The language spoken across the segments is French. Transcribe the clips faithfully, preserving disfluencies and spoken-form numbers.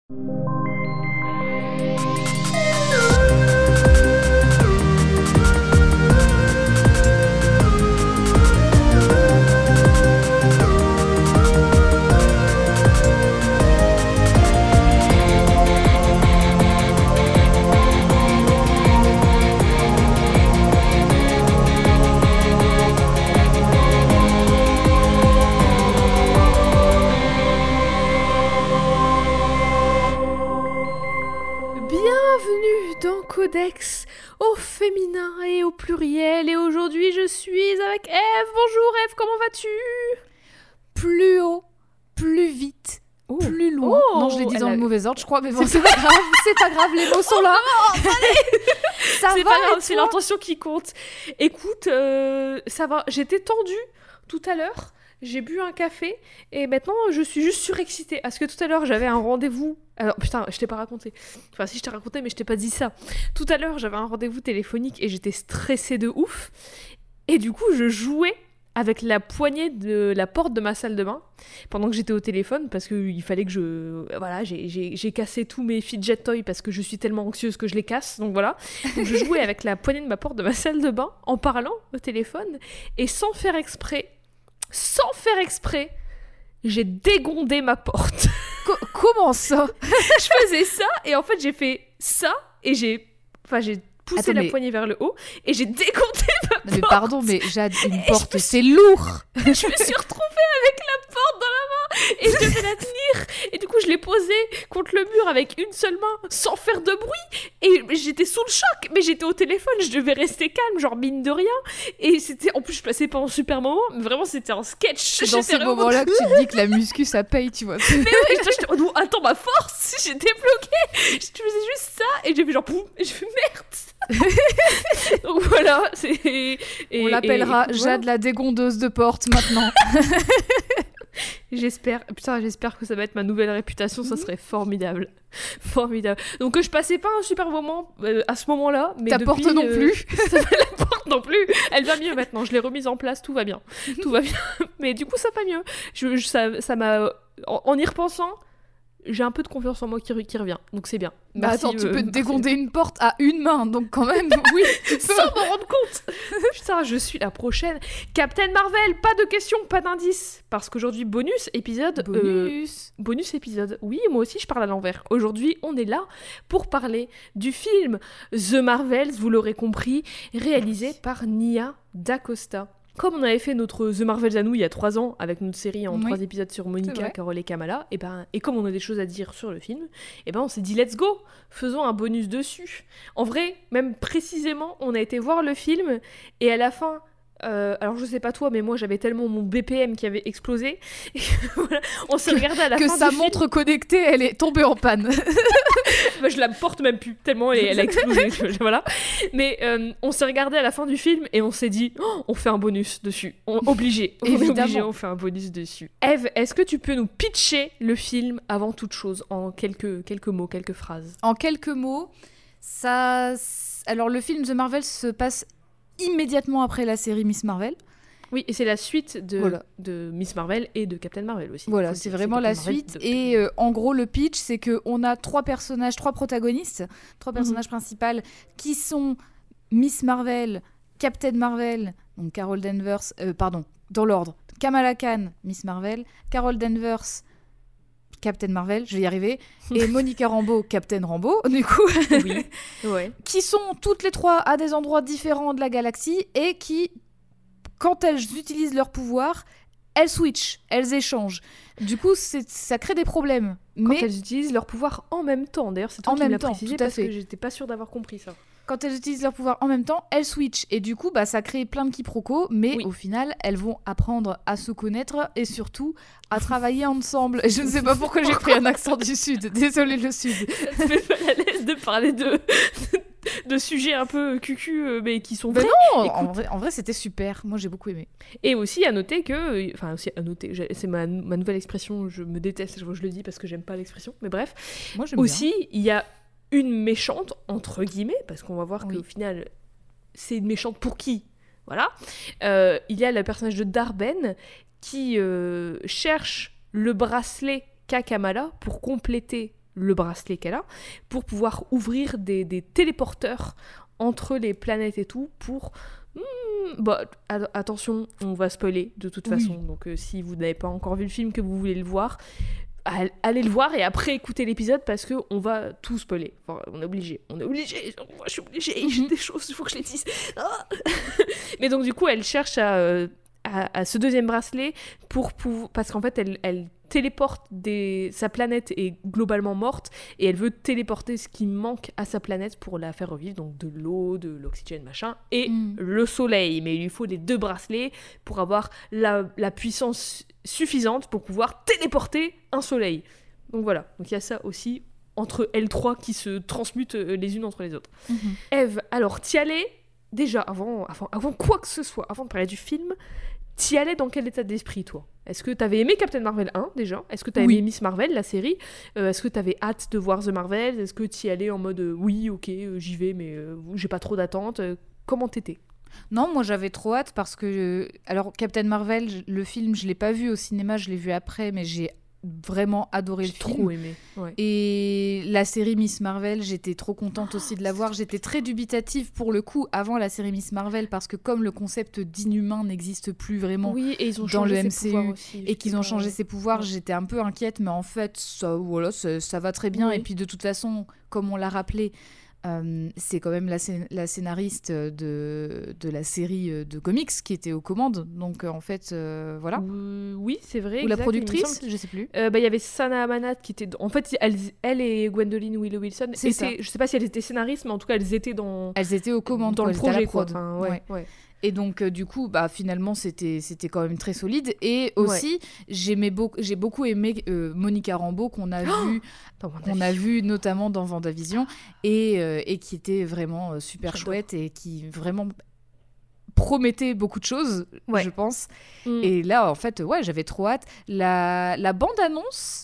Codex au féminin et au pluriel, et aujourd'hui je suis avec Eve. Bonjour Eve, comment vas-tu? Plus haut, plus vite, oh. plus loin. Oh, non, je l'ai dit dans a... le mauvais ordre, je crois, mais bon, c'est pas grave, c'est pas grave, les mots sont là. Oh, allez ça c'est va, pas grave, c'est l'intention qui compte. Écoute, euh, ça va, j'étais tendue tout à l'heure. J'ai bu un café et maintenant je suis juste surexcitée parce que tout à l'heure j'avais un rendez-vous. Alors putain, je t'ai pas raconté. Enfin si, je t'ai raconté mais je t'ai pas dit ça. Tout à l'heure j'avais un rendez-vous téléphonique et j'étais stressée de ouf. Et du coup je jouais avec la poignée de la porte de ma salle de bain pendant que j'étais au téléphone parce qu'il fallait que je... Voilà, j'ai, j'ai, j'ai cassé tous mes fidget toys parce que je suis tellement anxieuse que je les casse. Donc voilà. Donc je jouais avec la poignée de ma porte de ma salle de bain en parlant au téléphone et sans faire exprès. Sans faire exprès, j'ai dégondé ma porte. Co- comment ça? Je faisais ça et en fait j'ai fait ça et j'ai, enfin j'ai poussé Attends, la mais... poignée vers le haut et j'ai dégondé ma non, mais porte. pardon, mais Jade, une et porte me... c'est lourd. Je me suis retrouvée avec la porte dans la main et je devais la tenir et du coup je l'ai posée contre le mur avec une seule main sans faire de bruit et j'étais sous le choc mais j'étais au téléphone, je devais rester calme genre mine de rien et c'était, en plus je passais pas un super moment mais vraiment c'était un sketch. C'est dans ces moments-là que tu te dis que la muscu ça paye, tu vois. Mais oui, j'étais oh non, attends ma force, j'étais bloquée, je faisais juste ça et j'ai fait genre poum et je fais merde. Donc voilà, c'est et, on l'appellera et, et, Jade voilà. La dégondeuse de porte maintenant. J'espère, putain, j'espère que ça va être ma nouvelle réputation, ça serait formidable. Formidable. Donc euh, je passais pas un super moment euh, à ce moment-là, mais ta depuis, porte non euh, plus. Ça va, la porte non plus. Elle va mieux maintenant, je l'ai remise en place, tout va bien. Tout va bien. Mais du coup ça va mieux. Je, je, ça, ça m'a en, en y repensant, j'ai un peu de confiance en moi qui, qui revient, donc c'est bien. Bah merci, attends, tu euh, peux te dégonder une porte à une main, donc quand même, oui, sans m'en rendre compte. Putain, je suis la prochaine. Captain Marvel, pas de questions, pas d'indices, parce qu'aujourd'hui bonus épisode. Bonus. Euh, bonus épisode. Oui, moi aussi je parle à l'envers. Aujourd'hui, on est là pour parler du film The Marvels, vous l'aurez compris, réalisé par Nia DaCosta. Comme on avait fait notre The Marvels à nous il y a trois ans, avec notre série en oui. trois épisodes sur Monica, Carole et Kamala, et, ben, et comme on a des choses à dire sur le film, et ben on s'est dit let's go, faisons un bonus dessus. En vrai, même précisément, on a été voir le film, et à la fin... Euh, alors je sais pas toi, mais moi j'avais tellement mon B P M qui avait explosé. Et voilà, on s'est regardé à la que fin sa du montre film. Connectée, elle est tombée en panne. Bah, je la porte même plus tellement elle, elle a explosé. Voilà. Mais euh, on s'est regardé à la fin du film et on s'est dit, oh, on fait un bonus dessus. On, obligé. On Évidemment. est obligé, on fait un bonus dessus. Eve, est-ce que tu peux nous pitcher le film avant toute chose en quelques quelques mots, quelques phrases? En quelques mots, ça. Alors le film The Marvels se passe immédiatement après la série Miss Marvel. Oui, et c'est la suite de, voilà. de Miss Marvel et de Captain Marvel aussi. Voilà, c'est vraiment c'est la Marvel suite. De... Et euh, en gros, le pitch, c'est qu'on a trois personnages, trois protagonistes, trois personnages mm-hmm. principaux qui sont Miss Marvel, Captain Marvel, donc Carol Danvers, euh, pardon, dans l'ordre, Kamala Khan, Miss Marvel, Carol Danvers, Captain Marvel, je vais y arriver, et Monica Rambeau, Captain Rambeau, du coup, oui. Ouais. qui sont toutes les trois à des endroits différents de la galaxie et qui, quand elles utilisent leur pouvoir, elles switchent, elles échangent. Du coup, c'est, ça crée des problèmes. Quand mais... elles utilisent leur pouvoir en même temps, d'ailleurs, c'est toi en qui me l'as temps, précisé tout à parce fait. que j'étais pas sûre d'avoir compris ça. Quand elles utilisent leur pouvoir en même temps, elles switchent. Et du coup, bah, ça crée plein de quiproquos, mais oui. au final, elles vont apprendre à se connaître et surtout à travailler ensemble. Et je ne sais pas pourquoi j'ai pris un accent du Sud. Désolée, le Sud. Ça te fait mal à l'aise de parler de... de sujets un peu cucu, mais qui sont vrais. Mais non, en vrai, en vrai, c'était super. Moi, j'ai beaucoup aimé. Et aussi, à noter que... Enfin, aussi à noter, c'est ma, ma nouvelle expression, je me déteste, je, je le dis parce que j'aime pas l'expression, mais bref. Moi, j'aime aussi, bien. il y a une méchante, entre guillemets, parce qu'on va voir oui. qu'au final, c'est une méchante pour qui ? Voilà. Euh, il y a le personnage de Dar-Benn qui euh, cherche le bracelet qu'a Kamala pour compléter le bracelet qu'elle a, pour pouvoir ouvrir des, des téléporteurs entre les planètes et tout, pour... Hmm, bah, a- attention, on va spoiler de toute Oui. façon, donc euh, si vous n'avez pas encore vu le film, que vous voulez le voir, all- allez le voir et après écoutez l'épisode, parce qu'on va tout spoiler. Enfin, on est obligé, on est obligé, moi je suis obligée, j'ai Mhm. des choses, il faut que je les dise. Ah Mais donc du coup, elle cherche à, euh, à, à ce deuxième bracelet pour pouvoir... Parce qu'en fait, elle, elle téléporte des... Sa planète est globalement morte et elle veut téléporter ce qui manque à sa planète pour la faire revivre, donc de l'eau, de l'oxygène, machin, et Mm. le soleil. Mais il lui faut les deux bracelets pour avoir la, la puissance suffisante pour pouvoir téléporter un soleil. Donc voilà, donc il y a ça aussi entre elles trois qui se transmutent euh, les unes entre les autres. Mhm. Eve, alors t'y allais déjà avant, avant, avant quoi que ce soit, avant de parler du film, t'y allais dans quel état d'esprit toi? Est-ce que t'avais aimé Captain Marvel un déjà? Est-ce que t'avais Oui. aimé Miss Marvel, la série? Euh, Est-ce que t'avais hâte de voir The Marvels? Est-ce que t'y allais en mode euh, oui, ok, euh, j'y vais, mais euh, j'ai pas trop d'attente? Euh, Comment t'étais? Non, moi j'avais trop hâte parce que... euh, Alors, Captain Marvel, je- le film, je l'ai pas vu au cinéma, je l'ai vu après, mais j'ai vraiment adoré le J'ai film. trop aimé. Ouais. Et la série Miss Marvel, j'étais trop contente aussi de la voir. J'étais très dubitative pour le coup avant la série Miss Marvel parce que comme le concept d'inhumain n'existe plus vraiment Oui, et ils ont dans changé le ses M C U pouvoirs aussi. et qu'ils ont j'étais changé pas- ses pouvoirs, ouais. j'étais un peu inquiète, mais en fait, ça, voilà, ça, ça va très bien. Oui. Et puis de toute façon, comme on l'a rappelé, euh, c'est quand même la, scén- la scénariste de, de la série euh, de comics qui était aux commandes. Donc euh, en fait, euh, voilà. Euh, oui, c'est vrai. Ou la exact, il me productrice, semble. je sais plus. Euh, bah, il y avait Sana Amanat qui était. En fait, elle, elle et Gwendoline Willow Wilson C'est ça. étaient. Je sais pas si elles étaient scénaristes, mais en tout cas, elles étaient dans. Elles étaient aux commandes, dans quoi, le elles étaient à la projet, quoi. prod. Enfin, ouais, Ouais. ouais. Et donc, euh, du coup, bah, finalement, c'était, c'était quand même très solide. Et aussi, j'aimais beau- j'ai beaucoup aimé euh, Monica Rambeau, qu'on a, vu, Dans mon qu'on a avis. vu notamment dans Vendavision, et, euh, et qui était vraiment euh, super J'adore. chouette et qui vraiment promettait beaucoup de choses, Ouais. je pense. Mm. Et là, en fait, ouais, j'avais trop hâte. La, la bande-annonce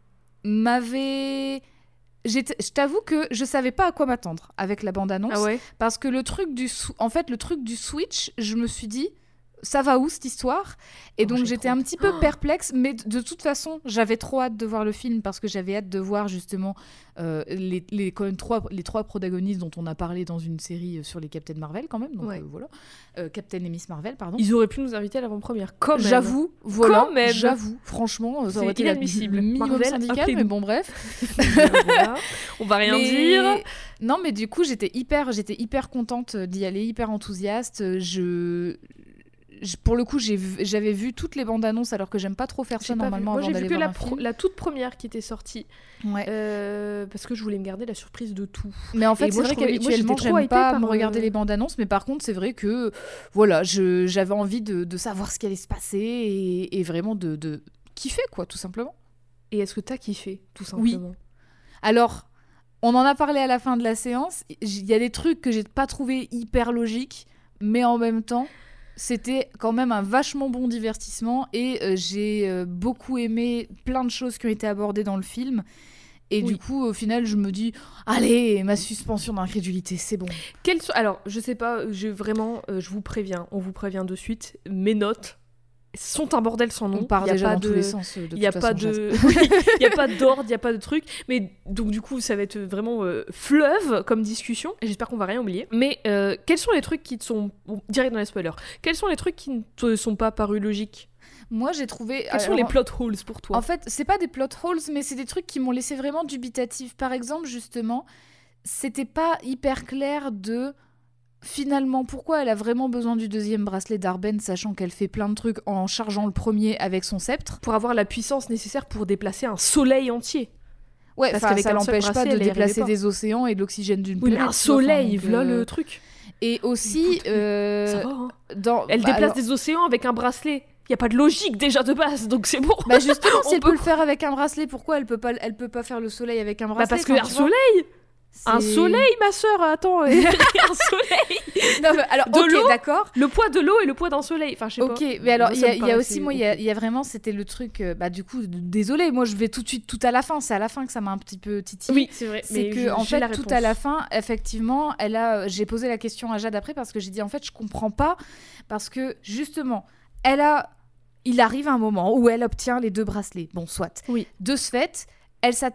m'avait... J'étais- Je t'avoue que je savais pas à quoi m'attendre avec la bande-annonce. Ah ouais. Parce que le truc du sw- en fait le truc du Switch, je me suis dit ça va où cette histoire? Et Oh, donc j'ai j'étais trop un hâte. petit peu perplexe, mais de, de toute façon j'avais trop hâte de voir le film parce que j'avais hâte de voir justement euh, les, les, quand même trois, les trois protagonistes dont on a parlé dans une série sur les Captain Marvel quand même. Donc Ouais. euh, voilà, Euh, Captain et Miss Marvel pardon. Ils auraient pu nous inviter à l'avant-première. Quand même. J'avoue, voilà, Quand même. j'avoue, franchement, ça C'est aurait été la- inadmissible. le minimum Marvel, syndical, appelez-nous. mais bon bref. Voilà. On va rien Mais- dire. Non, mais du coup, j'étais hyper, j'étais hyper contente d'y aller, hyper enthousiaste. Je, je- pour le coup, j'ai vu- j'avais vu toutes les bandes annonces alors que j'aime pas trop faire J'ai ça pas vu. normalement Moi, avant j'ai d'aller vu que voir la, un pro- film. la toute première qui était sortie. Ouais. Euh, parce que je voulais me garder la surprise de tout. Mais en fait, Et c'est moi, je vrai trouvais- moi, qu'habituellement, j'étais trop j'aime hypée pas par, me euh, regarder les bandes annonces, mais par contre, c'est vrai que voilà, je- j'avais envie de, de savoir ce qui allait se passer et, et vraiment de, de kiffer, quoi, tout simplement. Et est-ce que t'as kiffé, tout Oui. simplement? Alors, on en a parlé à la fin de la séance. Il y a des trucs que j'ai pas trouvé hyper logiques, mais en même temps, c'était quand même un vachement bon divertissement et euh, j'ai euh, beaucoup aimé plein de choses qui ont été abordées dans le film. Et Oui. du coup, au final, je me dis, allez, ma suspension d'incrédulité, c'est bon. Quelles sont- Alors, je sais pas, je vraiment, euh, je vous préviens, on vous prévient de suite, mes notes sont un bordel sans nom. On part Y a déjà pas dans de... tous les sens. euh, de Il n'y a toute pas façon, Jazz. de, Oui, il y a pas d'ordre, il y a pas de truc. Mais donc du coup, ça va être vraiment euh, fleuve comme discussion. Et j'espère qu'on va rien oublier. Mais euh, quels sont les trucs qui te sont bon, direct dans les spoilers? Quels sont les trucs qui ne te sont pas parus logiques? Moi, j'ai trouvé. Quels sont alors, les plot holes pour toi? En fait, c'est pas des plot holes, mais c'est des trucs qui m'ont laissé vraiment dubitatif. Par exemple, justement, c'était pas hyper clair de finalement pourquoi elle a vraiment besoin du deuxième bracelet d'Arben, sachant qu'elle fait plein de trucs en chargeant le premier avec son sceptre. Pour avoir la puissance nécessaire pour déplacer un soleil entier. Ouais, Parce enfin, qu'avec ça un seul l'empêche pas bracelet, de elle y déplacer arrivait pas. des océans et de l'oxygène d'une Oui, mais planète. un tu vois, enfin, soleil, donc, voilà euh, le truc. Et aussi, Écoute, euh, Ça va, hein. dans, Elle bah, déplace alors- des océans avec un bracelet. Il y a pas de logique déjà de base, donc c'est bon. Bah justement, On si elle peut peut le faire avec un bracelet, pourquoi elle peut pas, elle peut pas faire le soleil avec un Bah bracelet parce que Enfin, un tu vois, soleil, un c'est- soleil, ma sœur, attends, un soleil. Non, mais alors, De ok, l'eau d'accord. Le poids de l'eau et le poids d'un soleil. Enfin, je sais Ok, pas. mais alors Moi, il y ça a, me il y a paraissait aussi, moi, il y, a- ok. il y a vraiment, c'était le truc, euh, bah du coup, d- désolé, moi je vais tout de suite tout à la fin, c'est à la fin que ça m'a un petit peu titillé. Oui, c'est vrai. C'est mais que je- en j'ai fait la tout réponse. à la fin, effectivement, elle a, j'ai posé la question à Jade après parce que j'ai dit en fait je comprends pas parce que justement, elle a, il arrive un moment où elle obtient les deux bracelets. Bon, soit. Oui. De ce fait, elle s'attaque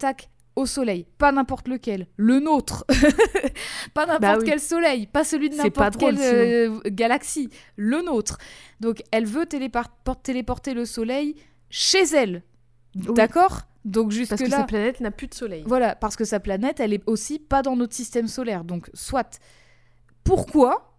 au soleil, pas n'importe lequel, le nôtre, pas n'importe bah oui. quel soleil, pas celui de C'est n'importe pas drôle, quelle euh, galaxie, le nôtre. Donc elle veut télépar- téléporter le soleil chez elle, Oui. d'accord ? Donc jusque Parce que là, sa planète n'a plus de soleil. voilà, parce que sa planète, elle est aussi pas dans notre système solaire. Donc soit, pourquoi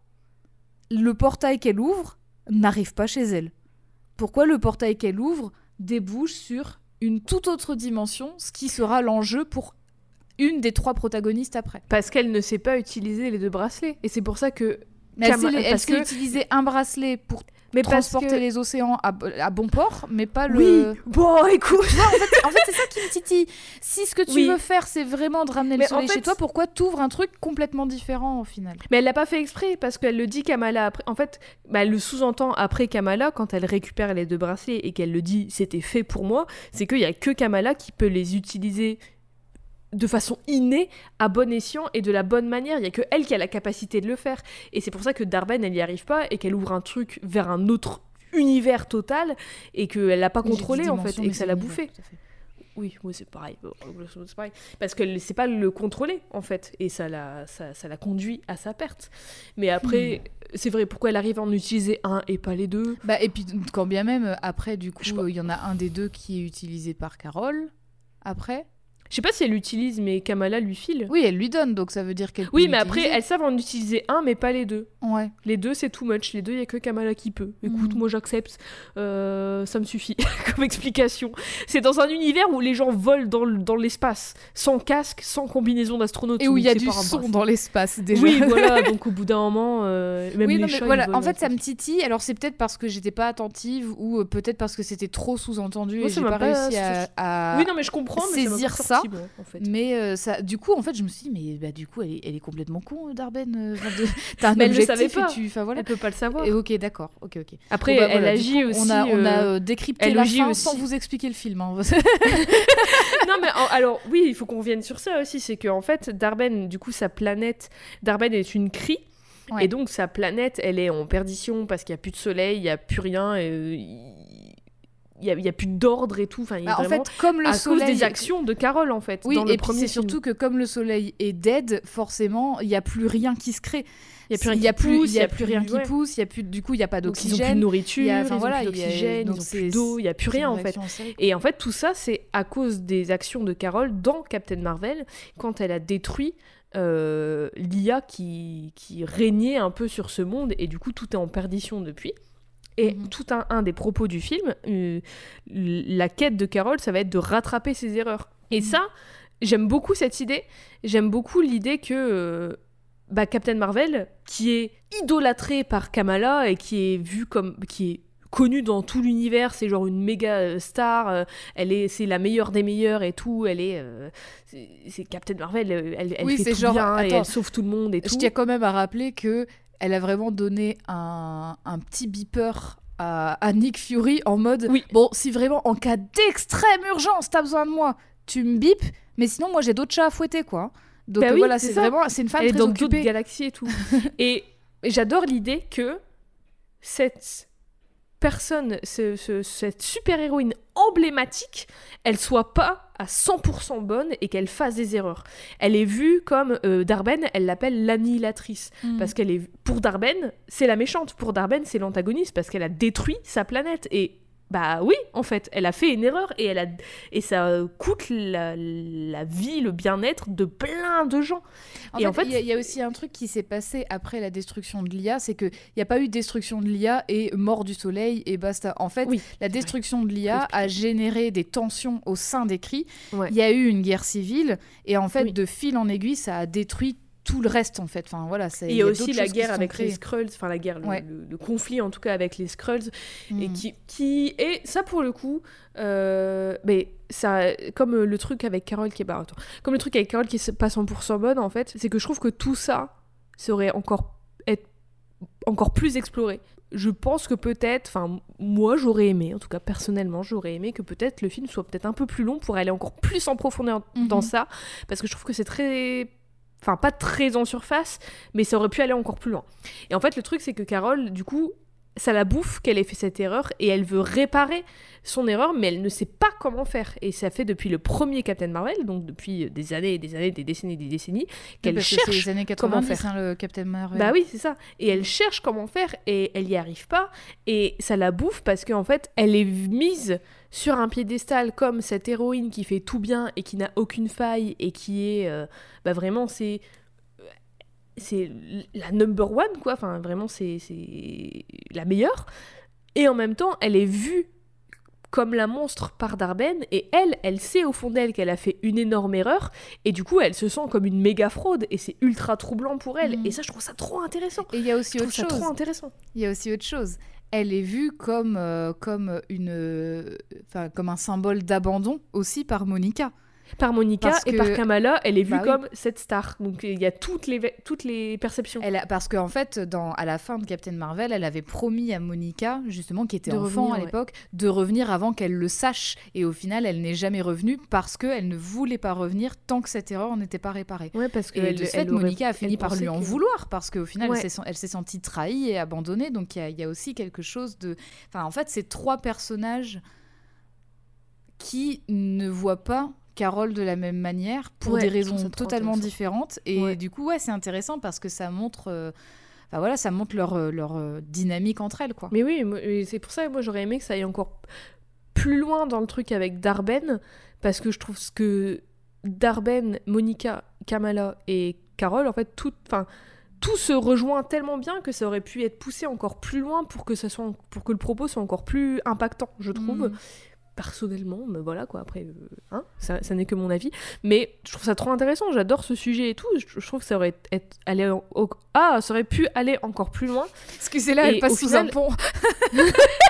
le portail qu'elle ouvre n'arrive pas chez elle ? Pourquoi le portail qu'elle ouvre débouche sur une toute autre dimension, ce qui sera l'enjeu pour une des trois protagonistes après. Parce qu'elle ne sait pas utiliser les deux bracelets. Et c'est pour ça que... Mais elle Kama- sait, elle parce sait que- utiliser un bracelet pour Mais parce transporter que... les océans à, à bon port, mais pas le... Oui, bon, écoute... Tu vois, en fait, en fait, c'est ça qui me titille. Si ce que tu Oui. veux faire, c'est vraiment de ramener Mais le soleil en fait- chez toi, pourquoi t'ouvres un truc complètement différent au final ? Mais elle l'a pas fait exprès, parce qu'elle le dit Kamala après. En fait, bah, elle le sous-entend après Kamala, quand elle récupère les deux bracelets et qu'elle le dit « c'était fait pour moi », c'est qu'il y a que Kamala qui peut les utiliser de façon innée, à bon escient et de la bonne manière. Il y a que elle qui a la capacité de le faire. Et c'est pour ça que Darben, elle y arrive pas et qu'elle ouvre un truc vers un autre univers total et qu'elle l'a pas Oui, j'ai dit contrôlé en fait dimension, et mais que ça c'est l'a l'univers, bouffé. tout à fait. Oui, oui, c'est pareil. C'est pareil. Parce qu'elle ne sait pas le contrôler, en fait. Et ça la, ça, ça la conduit à sa perte. Mais après, hmm. c'est vrai, pourquoi elle arrive à en utiliser un et pas les deux ? Bah, et puis, quand bien même, après, du coup, Je- il y en a un des deux qui est utilisé par Carole, après. Je sais pas si elle l'utilise, mais Kamala lui file. Oui, elle lui donne, donc ça veut dire qu'elle peut Oui, mais après, l'utiliser. elles savent en utiliser un, mais pas les deux. Ouais. Les deux, c'est too much. Les deux, il y a que Kamala qui peut. Écoute, Mhm. moi, j'accepte. Euh, ça me suffit comme explication. C'est dans un univers où les gens volent dans, l- dans l'espace, sans casque, sans combinaison d'astronaute. Et où il y a donc c'est du par un son bracelet. dans l'espace, déjà. Oui, voilà. Donc, au bout d'un moment, euh, même Oui, les non, mais chats, ils voilà. volent En dans fait, ça me l'espace. titille. Alors, c'est peut-être parce que j'étais pas attentive ou euh, peut-être parce que c'était trop sous-entendu Moi, et ça j'ai m'a pas, pas- réussi à, à- Oui, non, mais je comprends, mais saisir ça. ça. M'a pas sorti, moi, en fait. Mais euh, ça, du coup, en fait, je me suis dit, mais bah, du coup, elle est, elle est complètement con, euh, Darben. euh, enfin, de- T'as un Mais elle le objectif savait pas. et tu, enfin voilà. Elle peut pas le savoir. Et ok, d'accord. Ok, ok. Après, Bon, bah, elle voilà, du agit coup, aussi. On a, on a euh, euh, décrypté elle la agit fin aussi. sans vous expliquer le film. Hein. Non, mais en- alors, oui, il faut qu'on revienne sur ça aussi. C'est qu'en fait, Darben, du coup, sa planète. Darben est une crie. Ouais. Et donc, sa planète, elle est en perdition parce qu'il n'y a plus de soleil, il n'y a plus rien. et, euh, Il n'y a, il y a plus d'ordre et tout. Enfin, il y a Bah, en vraiment... fait, comme le à soleil. cause des actions de Carole, en fait. Oui, dans le et puis premier c'est film. surtout que comme le soleil est dead, forcément, il n'y a plus rien qui se crée. Il n'y a plus rien Il y a qui plus, pousse, il y a plus rien qui ouais. pousse, il y a plus, du coup, il n'y a pas Donc, ils n'ont plus de d'oxygène. nourriture, il y a- ils enfin, n'ont voilà, plus il y a- d'oxygène, donc ils n'ont c'est- plus d'eau, il n'y a plus c'est rien, une en fait. réaction en série, quoi. Et en fait, tout ça, c'est à cause des actions de Carole dans Captain Marvel, quand elle a détruit euh, l'I A qui, qui régnait un peu sur ce monde, et du coup, tout est en perdition depuis. Et Mhm. tout un, un des propos du film, euh, la quête de Carole, ça va être de rattraper ses erreurs. Et Mhm. ça, j'aime beaucoup cette idée. J'aime beaucoup l'idée que euh, bah, Captain Marvel, qui est idolâtré par Kamala et qui est vu comme... qui est connue dans tout l'univers, c'est genre une méga euh, star, euh, elle est, c'est la meilleure des meilleures et tout, elle est, euh, c'est, c'est Captain Marvel, euh, elle, elle Oui, fait c'est tout genre, bien et attends, elle sauve tout le monde et Je tout. tiens quand même à rappeler que elle a vraiment donné un, un petit beeper à, à Nick Fury en mode Oui. bon, si vraiment en cas d'extrême urgence t'as besoin de moi, tu me bipes, mais sinon moi j'ai d'autres chats à fouetter quoi. Donc Bah euh, oui, voilà, c'est c'est ça. vraiment c'est une femme Elle est très dans d'autres occupée. galaxies et tout. et, et j'adore l'idée que cette personne, ce- ce- cette super-héroïne emblématique, elle soit pas à cent pour cent bonne et qu'elle fasse des erreurs. Elle est vue comme euh, Darben, elle l'appelle l'annihilatrice. Mm. Parce qu'elle est... Pour Darben, c'est la méchante. Pour Darben, c'est l'antagoniste parce qu'elle a détruit sa planète. Et bah oui, en fait, elle a fait une erreur et, elle a... et ça euh, coûte la... la vie, le bien-être de plein de gens. En Et fait, en fait- il y, a- il y a aussi un truc qui s'est passé après la destruction de l'I A, c'est qu'il n'y a pas eu destruction de l'I A et mort du soleil et basta. En fait, Oui. la destruction de l'I A a généré des tensions au sein des cris. Ouais. Il y a eu une guerre civile et en fait, Oui. de fil en aiguille, ça a détruit tout le reste en fait. Enfin, voilà, c'est- Et il y a aussi d'autres la choses qui guerre se sont avec les créées. Skrulls, enfin la guerre, le, Ouais. le- le conflit en tout cas avec les Skrulls, et Mm. qui, qui et ça pour le coup, euh, mais ça, comme le truc avec Carole qui est, bah, attends, comme le truc avec Carole qui est pas cent pour cent bonne en fait, c'est que je trouve que tout ça serait encore être encore plus exploré. Je pense que peut-être, enfin moi j'aurais aimé, en tout cas personnellement j'aurais aimé que peut-être le film soit peut-être un peu plus long pour aller encore plus en profondeur Mhm. dans ça, parce que je trouve que c'est très, enfin pas très en surface, mais ça aurait pu aller encore plus loin. Et en fait le truc c'est que Carole, du coup, ça la bouffe qu'elle ait fait cette erreur et elle veut réparer son erreur, mais elle ne sait pas comment faire. Et ça fait depuis le premier Captain Marvel, donc depuis des années et des années, des décennies et des décennies, qu'elle Parce que cherche c'est les années comment quatre-vingt-dix, faire. hein, le Captain Marvel. Bah oui, c'est ça. Et elle cherche comment faire et elle y arrive pas. Et ça la bouffe parce qu'en fait, elle est mise sur un piédestal comme cette héroïne qui fait tout bien et qui n'a aucune faille et qui est... euh, bah vraiment, c'est... c'est la number one, quoi. Enfin, vraiment, c'est, c'est la meilleure. Et en même temps, elle est vue comme la monstre par Dar-Benn, et elle, elle sait au fond d'elle qu'elle a fait une énorme erreur, et du coup, elle se sent comme une méga fraude, et c'est ultra troublant pour elle. Mmh. Et ça, je trouve ça trop intéressant. Et il y a aussi je autre trouve ça chose. trop intéressant. Il y a aussi autre chose. Elle est vue comme, euh, comme, une, euh, comme un symbole d'abandon aussi par Monica. Par Monica Parce et que... par Kamala, elle est vue bah oui. comme cette star. Donc il y a toutes les, toutes les perceptions. Elle a... Parce qu'en fait, dans... à la fin de Captain Marvel, elle avait promis à Monica, justement, qui était De enfant revenir, à l'époque, ouais. de revenir avant qu'elle le sache. Et au final, elle n'est jamais revenue parce qu'elle ne voulait pas revenir tant que cette erreur n'était pas réparée. Ouais, parce que et elle, de ce elle fait, aurait... Monica a fini par lui en que... vouloir parce qu'au final, ouais. elle, s'est... elle s'est sentie trahie et abandonnée. Donc il y a... y a aussi quelque chose de... Enfin, en fait, c'est trois personnages qui ne voient pas Carol de la même manière pour ouais, des raisons totalement différentes et ouais. du coup ouais c'est intéressant parce que ça montre euh, enfin voilà ça montre leur, leur euh, dynamique entre elles quoi. Mais oui moi, c'est pour ça que moi j'aurais aimé que ça aille encore plus loin dans le truc avec Dar-Benn parce que je trouve que Dar-Benn, Monica, Kamala et Carol en fait tout enfin tout se rejoint tellement bien que ça aurait pu être poussé encore plus loin pour que ça soit pour que le propos soit encore plus impactant je trouve. Mmh. Personnellement, mais voilà quoi, après, euh, hein, ça, ça n'est que mon avis, mais je trouve ça trop intéressant, j'adore ce sujet et tout, je, je trouve que ça aurait, être, allé au, au, ah, ça aurait pu aller encore plus loin. Excusez-la, elle passe sous final... un pont. j'avoue,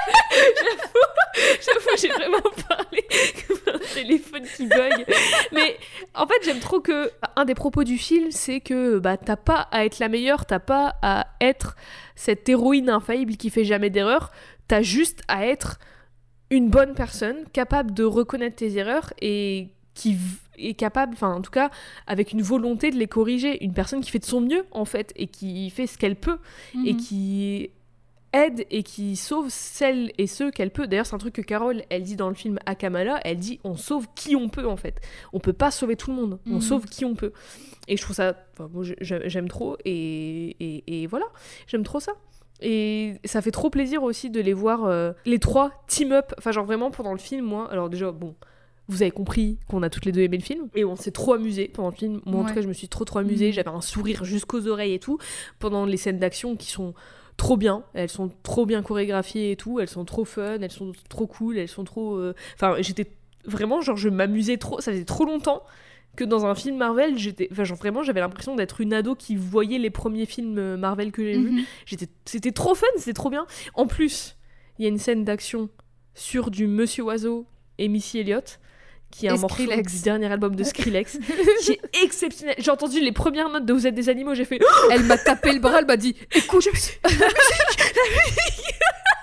j'avoue, j'ai vraiment parlé comme un téléphone qui bug, mais en fait j'aime trop que, un des propos du film, c'est que bah, t'as pas à être la meilleure, t'as pas à être cette héroïne infaillible qui fait jamais d'erreur, t'as juste à être une bonne personne, capable de reconnaître tes erreurs et qui est capable, enfin en tout cas, avec une volonté de les corriger. Une personne qui fait de son mieux, en fait, et qui fait ce qu'elle peut, mmh. et qui aide et qui sauve celles et ceux qu'elle peut. D'ailleurs, c'est un truc que Carol, elle dit dans le film à Kamala, elle dit on sauve qui on peut, en fait. On peut pas sauver tout le monde, mmh. on sauve qui on peut. Et je trouve ça, enfin, moi j'aime trop, et, et, et voilà, j'aime trop ça. Et ça fait trop plaisir aussi de les voir, euh, les trois team-up. Enfin, genre vraiment, pendant le film, moi... Alors déjà, bon, vous avez compris qu'on a toutes les deux aimé le film. Et on s'est trop amusé pendant le film. Moi, en ouais. tout cas, je me suis trop, trop amusée. Mmh. J'avais un sourire jusqu'aux oreilles et tout. Pendant les scènes d'action qui sont trop bien. Elles sont trop bien chorégraphiées et tout. Elles sont trop fun. Elles sont trop cool. Elles sont trop... Euh... Enfin, j'étais... Vraiment, genre, je m'amusais trop. Ça faisait trop longtemps que dans un film Marvel, j'étais, enfin genre vraiment j'avais l'impression d'être une ado qui voyait les premiers films Marvel que j'ai mm-hmm. vus. J'étais, c'était trop fun, c'était trop bien. En plus, il y a une scène d'action sur du Monsieur Oiseau et Missy Elliott, qui est et un Skrillex. Morceau du dernier album de Skrillex, qui est exceptionnel. J'ai entendu les premières notes de Vous êtes des animaux, j'ai fait. Oh elle m'a tapé le bras, elle m'a dit écoute, la musique, la musique.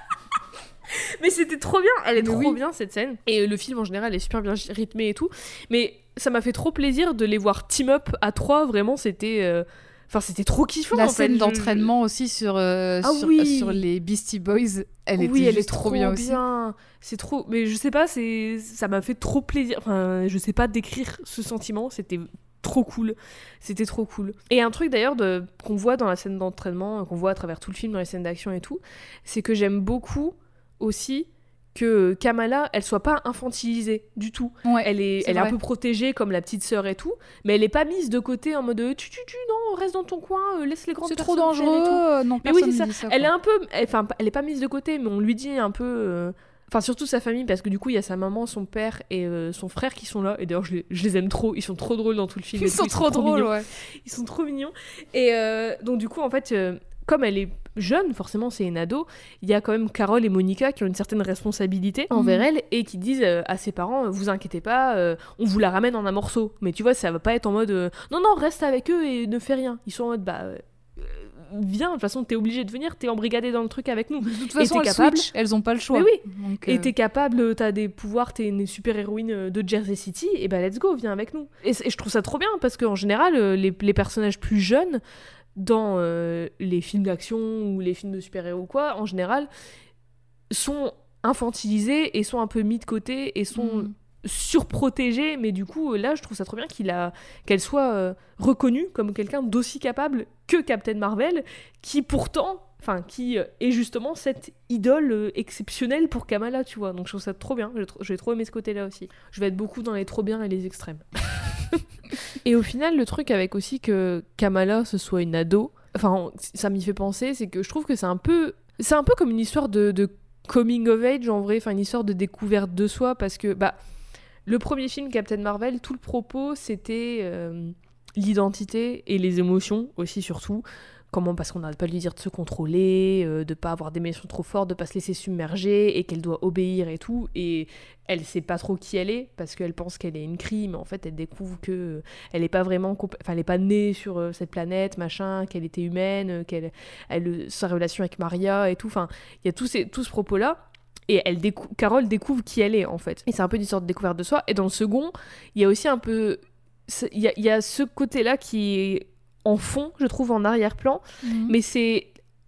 Mais c'était trop bien, elle est mais trop oui. bien cette scène. Et le film en général est super bien rythmé et tout. Mais ça m'a fait trop plaisir de les voir team up à trois, vraiment c'était... Euh... Enfin, c'était trop kiffant. La en scène fait. d'entraînement je... aussi sur, euh, ah, sur, oui. euh, sur les Beastie Boys, elle oui, était elle juste est trop, trop bien, bien aussi. C'est trop... Mais je sais pas, c'est... ça m'a fait trop plaisir. Enfin, je sais pas décrire ce sentiment, c'était... trop cool, c'était trop cool. Et un truc d'ailleurs de, qu'on voit dans la scène d'entraînement, qu'on voit à travers tout le film, dans les scènes d'action et tout, c'est que j'aime beaucoup aussi que Kamala, elle soit pas infantilisée du tout. Ouais, elle est, c'est elle est un peu protégée comme la petite sœur et tout, mais elle est pas mise de côté en mode tu tu tu non reste dans ton coin, euh, laisse les grandes c'est personnes trop dangereux. Et tout. Non, mais oui c'est ça. ça elle est un peu, enfin elle, elle est pas mise de côté, mais on lui dit un peu. Euh... Enfin, surtout sa famille, parce que du coup, il y a sa maman, son père et euh, son frère qui sont là. Et d'ailleurs, je les, je les aime trop. Ils sont trop drôles dans tout le film. Ils, sont, tout, trop ils sont trop drôles, ouais. Ils sont trop mignons. Et euh, donc, du coup, en fait, euh, comme elle est jeune, forcément, c'est une ado, il y a quand même Carol et Monica qui ont une certaine responsabilité mmh. envers elle et qui disent euh, à ses parents, euh, vous inquiétez pas, euh, on vous la ramène en un morceau. Mais tu vois, ça va pas être en mode, euh, non, non, reste avec eux et ne fais rien. Ils sont en mode, bah... Euh, viens, de toute façon t'es obligé de venir, t'es embrigadé dans le truc avec nous. De toute façon, et t'es elles capable... switch, elles ont pas le choix. Mais oui, donc, et euh... t'es capable, t'as des pouvoirs, t'es une super-héroïne de Jersey City, et bah let's go, viens avec nous. Et, et je trouve ça trop bien, parce qu'en général, les, les personnages plus jeunes, dans euh, les films d'action ou les films de super-héros ou quoi, en général, sont infantilisés et sont un peu mis de côté et sont mmh. surprotégés. Mais du coup, là, je trouve ça trop bien qu'il a, qu'elle soit euh, reconnue comme quelqu'un d'aussi capable que Captain Marvel, qui pourtant... Enfin, qui est justement cette idole exceptionnelle pour Kamala, tu vois. Donc je trouve ça trop bien. J'ai trop, j'ai trop aimé ce côté-là aussi. Je vais être beaucoup dans les trop bien et les extrêmes. Et au final, le truc avec aussi que Kamala, ce soit une ado, enfin, ça m'y fait penser, c'est que je trouve que c'est un peu... C'est un peu comme une histoire de, de coming of age, en vrai. Enfin, une histoire de découverte de soi, parce que, bah... Le premier film, Captain Marvel, tout le propos, c'était euh, l'identité et les émotions, aussi, surtout. Comment, parce qu'on n'arrête pas de lui dire de se contrôler, euh, de pas avoir d'émotions trop fortes, de pas se laisser submerger, et qu'elle doit obéir et tout. Et elle sait pas trop qui elle est, parce qu'elle pense qu'elle est une crie, mais en fait, elle découvre que elle est pas vraiment... Comp- enfin, elle est pas née sur euh, cette planète, machin, qu'elle était humaine, euh, qu'elle... Elle, sa relation avec Maria et tout. Enfin, il y a tout, ces, tout ce propos-là. Et elle décou- Carole découvre qui elle est, en fait. Et c'est un peu une sorte de découverte de soi. Et dans le second, il y a aussi un peu... Il y a, y a ce côté-là qui est... en fond, je trouve, en arrière-plan, mmh. mais c'est...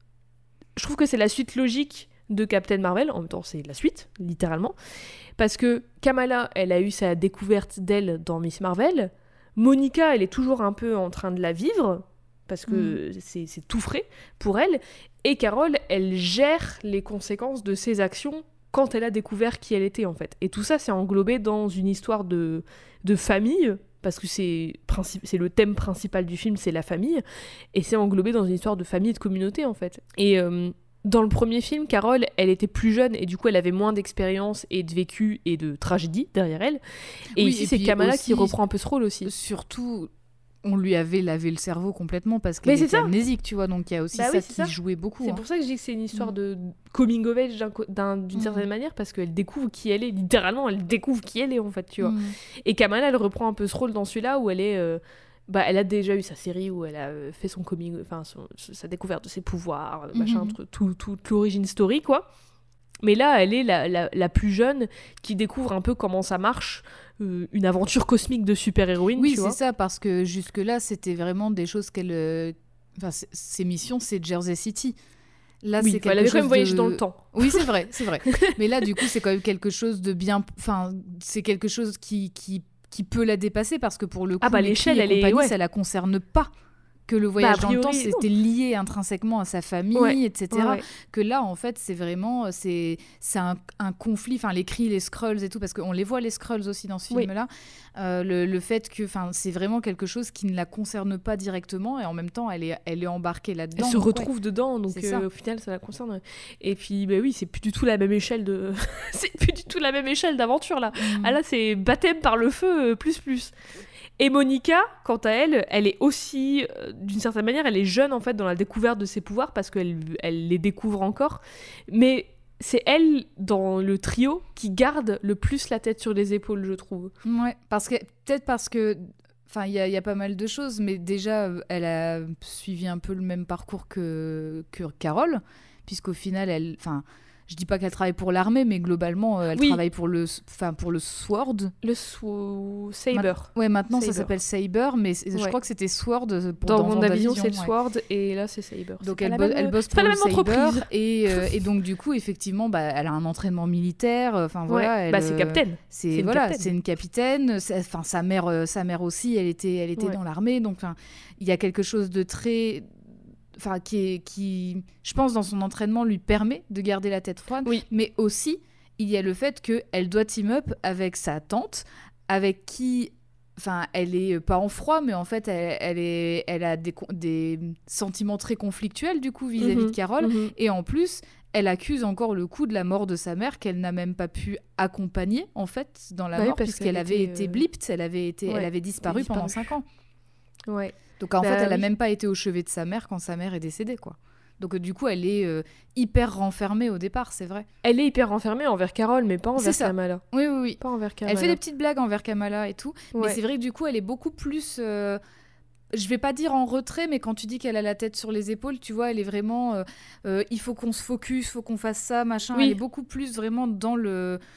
Je trouve que c'est la suite logique de Captain Marvel, en même temps c'est la suite, littéralement, parce que Kamala, elle a eu sa découverte d'elle dans Miss Marvel, Monica, elle est toujours un peu en train de la vivre, parce que mmh. c'est, c'est tout frais pour elle, et Carole, elle gère les conséquences de ses actions quand elle a découvert qui elle était, en fait. Et tout ça, c'est englobé dans une histoire de, de famille, parce que c'est, princi- c'est le thème principal du film, c'est la famille, et c'est englobé dans une histoire de famille et de communauté, en fait. Et euh, dans le premier film, Carole, elle était plus jeune, et du coup, elle avait moins d'expérience et de vécu et de tragédie derrière elle. Et oui, ici, et c'est Kamala aussi, qui reprend un peu ce rôle aussi. Surtout... on lui avait lavé le cerveau complètement parce qu'elle était amnésique, tu vois, donc il y a aussi bah ça oui, qui ça. jouait beaucoup. C'est hein. pour ça que je dis que c'est une histoire de coming of age d'un, d'un, d'une mmh. certaine manière, parce qu'elle découvre qui elle est, littéralement, elle découvre qui elle est, en fait, tu vois. Mmh. Et Kamala, elle reprend un peu ce rôle dans celui-là où elle est... Euh, bah, elle a déjà eu sa série où elle a fait son coming... Enfin, son, sa découverte de ses pouvoirs, mmh. machin, tout, tout, toute l'origin story, quoi. Mais là, elle est la, la, la plus jeune qui découvre un peu comment ça marche, euh, une aventure cosmique de super-héroïne. Oui, tu c'est vois. ça, parce que jusque-là, c'était vraiment des choses qu'elle... Euh... Enfin, ses missions, c'est Jersey City. Là, oui, c'est quelque elle avait chose quand même voyagé de... dans le temps. Oui, c'est vrai, c'est vrai. Mais là, du coup, c'est quand même quelque chose de bien... Enfin, c'est quelque chose qui, qui, qui peut la dépasser, parce que pour le coup, ah bah, l'échelle, elle est... Ouais. ça la concerne pas. Que le voyage bah, priori, dans le temps, c'était non. lié intrinsèquement à sa famille, ouais. et cetera. Ouais, ouais. Que là, en fait, c'est vraiment... C'est, c'est un, un conflit. Enfin, les cris, les Skrulls et tout, parce qu'on les voit, les Skrulls aussi, dans ce oui. film-là. Euh, le, le fait que c'est vraiment quelque chose qui ne la concerne pas directement, et en même temps, elle est, elle est embarquée là-dedans. Elle se retrouve ouais. dedans, donc euh, au final, ça la concerne. Et puis, bah oui, c'est plus du tout la même échelle de... c'est plus du tout la même échelle d'aventure, là. Mm. Ah là, c'est baptême par le feu, plus plus. Et Monica, quant à elle, elle est aussi, euh, d'une certaine manière, elle est jeune en fait dans la découverte de ses pouvoirs parce qu'elle elle les découvre encore. Mais c'est elle, dans le trio, qui garde le plus la tête sur les épaules, je trouve. Ouais, parce que, peut-être parce que... Enfin, il y, y a pas mal de choses, mais déjà, elle a suivi un peu le même parcours que, que Carole, puisqu'au final, elle... Enfin, je dis pas qu'elle travaille pour l'armée, mais globalement, elle oui. travaille pour le, enfin pour le Sword. Le sw- Saber. Ma- ouais, maintenant Saber. Ça s'appelle Saber, mais ouais. je crois que c'était Sword pour dans, dans WandaVision, c'est le Sword, ouais. et là c'est Saber. Donc c'est elle, bo- même, elle bosse pour le Saber, et, euh, et donc du coup, effectivement, bah, elle a un entraînement militaire. Enfin voilà, ouais. elle, bah, c'est capitaine. C'est, c'est voilà, capitaine. c'est une capitaine. Enfin sa mère, euh, sa mère aussi, elle était, elle était ouais. dans l'armée, donc il y a quelque chose de très Enfin, qui, est, qui, je pense, dans son entraînement, lui permet de garder la tête froide. Oui. Mais aussi, il y a le fait qu'elle doit team up avec sa tante, avec qui, enfin, elle est pas en froid, mais en fait, elle, elle, est, elle a des, des sentiments très conflictuels, du coup, vis-à-vis mm-hmm. de Carole. Mm-hmm. Et en plus, elle accuse encore le coup de la mort de sa mère, qu'elle n'a même pas pu accompagner, en fait, dans la bah mort, oui, puisqu'elle avait été, été euh... blipped, elle avait, été, ouais, elle avait disparu, disparu pendant cinq ans. Ouais. Donc en bah, fait, elle n'a oui. même pas été au chevet de sa mère quand sa mère est décédée, quoi. Donc euh, du coup, elle est euh, hyper renfermée au départ, c'est vrai. Elle est hyper renfermée envers Carole, mais pas envers Kamala. Oui, oui, oui. Pas envers Kamala. Elle fait des petites blagues envers Kamala et tout, ouais. mais c'est vrai que du coup, elle est beaucoup plus... Euh, je vais pas dire en retrait, mais quand tu dis qu'elle a la tête sur les épaules, tu vois, elle est vraiment... Euh, euh, il faut qu'on se focus, il faut qu'on fasse ça, machin. Oui. Elle est beaucoup plus vraiment dans le...